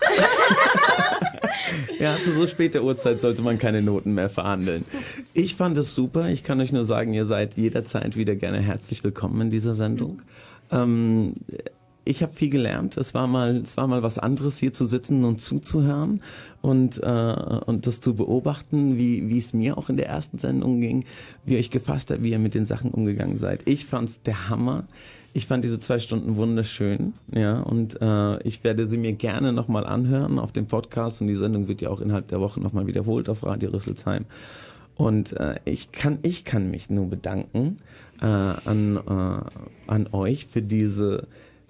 B: Ja, zu so später Uhrzeit sollte man keine Noten mehr verhandeln. Ich fand es super. Ich kann euch nur sagen, ihr seid jederzeit wieder gerne herzlich willkommen in dieser Sendung. Ähm, ich habe viel gelernt. Es war mal, es war mal was anderes, hier zu sitzen und zuzuhören und äh, und das zu beobachten, wie wie es mir auch in der ersten Sendung ging, wie ihr euch gefasst habt, wie ihr mit den Sachen umgegangen seid. Ich fand's der Hammer. Ich fand diese zwei Stunden wunderschön, ja, und äh, ich werde sie mir gerne nochmal anhören auf dem Podcast, und die Sendung wird ja auch innerhalb der Woche nochmal wiederholt auf Radio Rüsselsheim. Und äh, ich kann ich kann mich nur bedanken äh, an äh, an euch für diese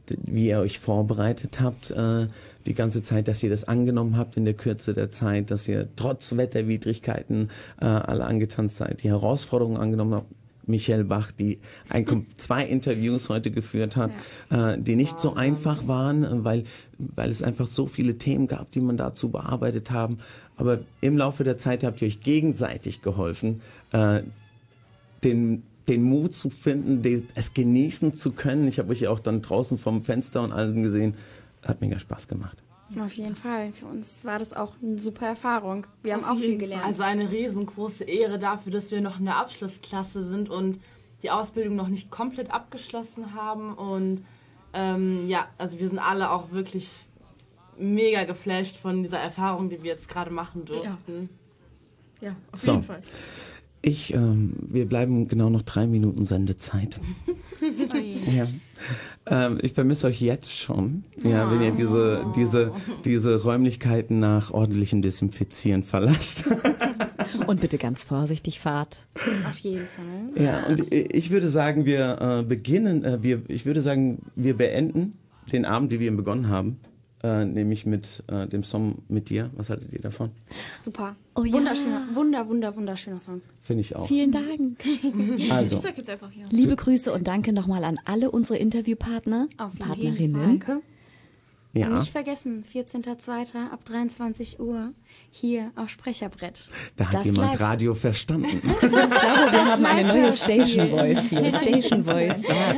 B: wie ihr euch vorbereitet habt, äh, die ganze Zeit, dass ihr das angenommen habt in der Kürze der Zeit, dass ihr trotz Wetterwidrigkeiten äh, alle angetanzt seid, die Herausforderungen angenommen habt. Michelle Bach, die ein, zwei Interviews heute geführt hat, ja. äh, die nicht so einfach waren, weil, weil es einfach so viele Themen gab, die man dazu bearbeitet haben. Aber im Laufe der Zeit habt ihr euch gegenseitig geholfen, äh, den, den Mut zu finden, den, es genießen zu können. Ich habe euch ja auch dann draußen vom Fenster und allem gesehen. Hat mega Spaß gemacht.
R: Auf jeden Fall. Für uns war das auch eine super Erfahrung. Wir haben auch viel gelernt.
O: Also eine riesengroße Ehre dafür, dass wir noch in der Abschlussklasse sind und die Ausbildung noch nicht komplett abgeschlossen haben. Und ähm, ja, also wir sind alle auch wirklich mega geflasht von dieser Erfahrung, die wir jetzt gerade machen durften.
I: Ja, ja auf
B: so.
I: jeden Fall.
B: Ich, ähm, wir bleiben genau noch drei Minuten Sendezeit. ja. ähm, ich vermisse euch jetzt schon, ja, wenn ihr diese, diese, diese Räumlichkeiten nach ordentlichem Desinfizieren verlasst.
C: Und bitte ganz vorsichtig fahrt.
R: Auf jeden Fall.
B: Ja, und ich würde sagen, wir äh, beginnen, äh, wir, ich würde sagen, wir beenden den Abend, wie wir ihn begonnen haben. Äh, nämlich mit äh, dem Song Mit dir. Was haltet ihr davon?
R: Super.
C: Oh,
R: wunderschöner,
C: ja.
R: wunder, wunder, wunderschöner Song.
B: Finde ich auch.
C: Vielen Dank.
B: Also.
I: Ich sag jetzt einfach ja.
C: Liebe Grüße und danke nochmal an alle unsere Interviewpartner,
R: Auf
C: Partnerinnen.
R: jeden Fall.
B: Ja.
R: Und nicht vergessen, vierzehnter zweiter ab dreiundzwanzig Uhr hier auf Sprecherbrett.
B: Da hat
C: das
B: jemand
C: live.
B: Radio verstanden.
C: Ich glaube, wir haben eine neue Station Voice hier. Station Voice.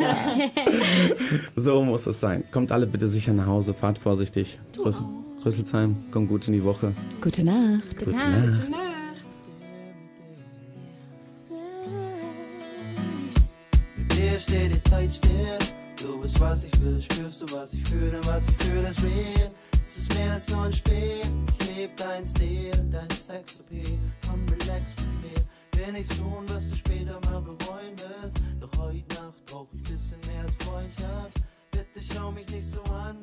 B: So muss es sein. Kommt alle bitte sicher nach Hause, fahrt vorsichtig. Rüssel, Rüsselsheim, kommt gut in die Woche.
C: Gute Nacht.
B: Gute Nacht.
H: Mit dir steht die Zeit still. Du bist, was ich will, spürst du, was ich fühle, was ich fühle, ist real. Es ist mehr als nur ein Spiel. Ich lieb dein Stil, dein Sexappeal. Komm, relax mit mir. Will nichts tun, was du später mal bereuen wirst. Doch heute Nacht brauch ich bisschen mehr als Freundschaft. Bitte schau mich nicht so an,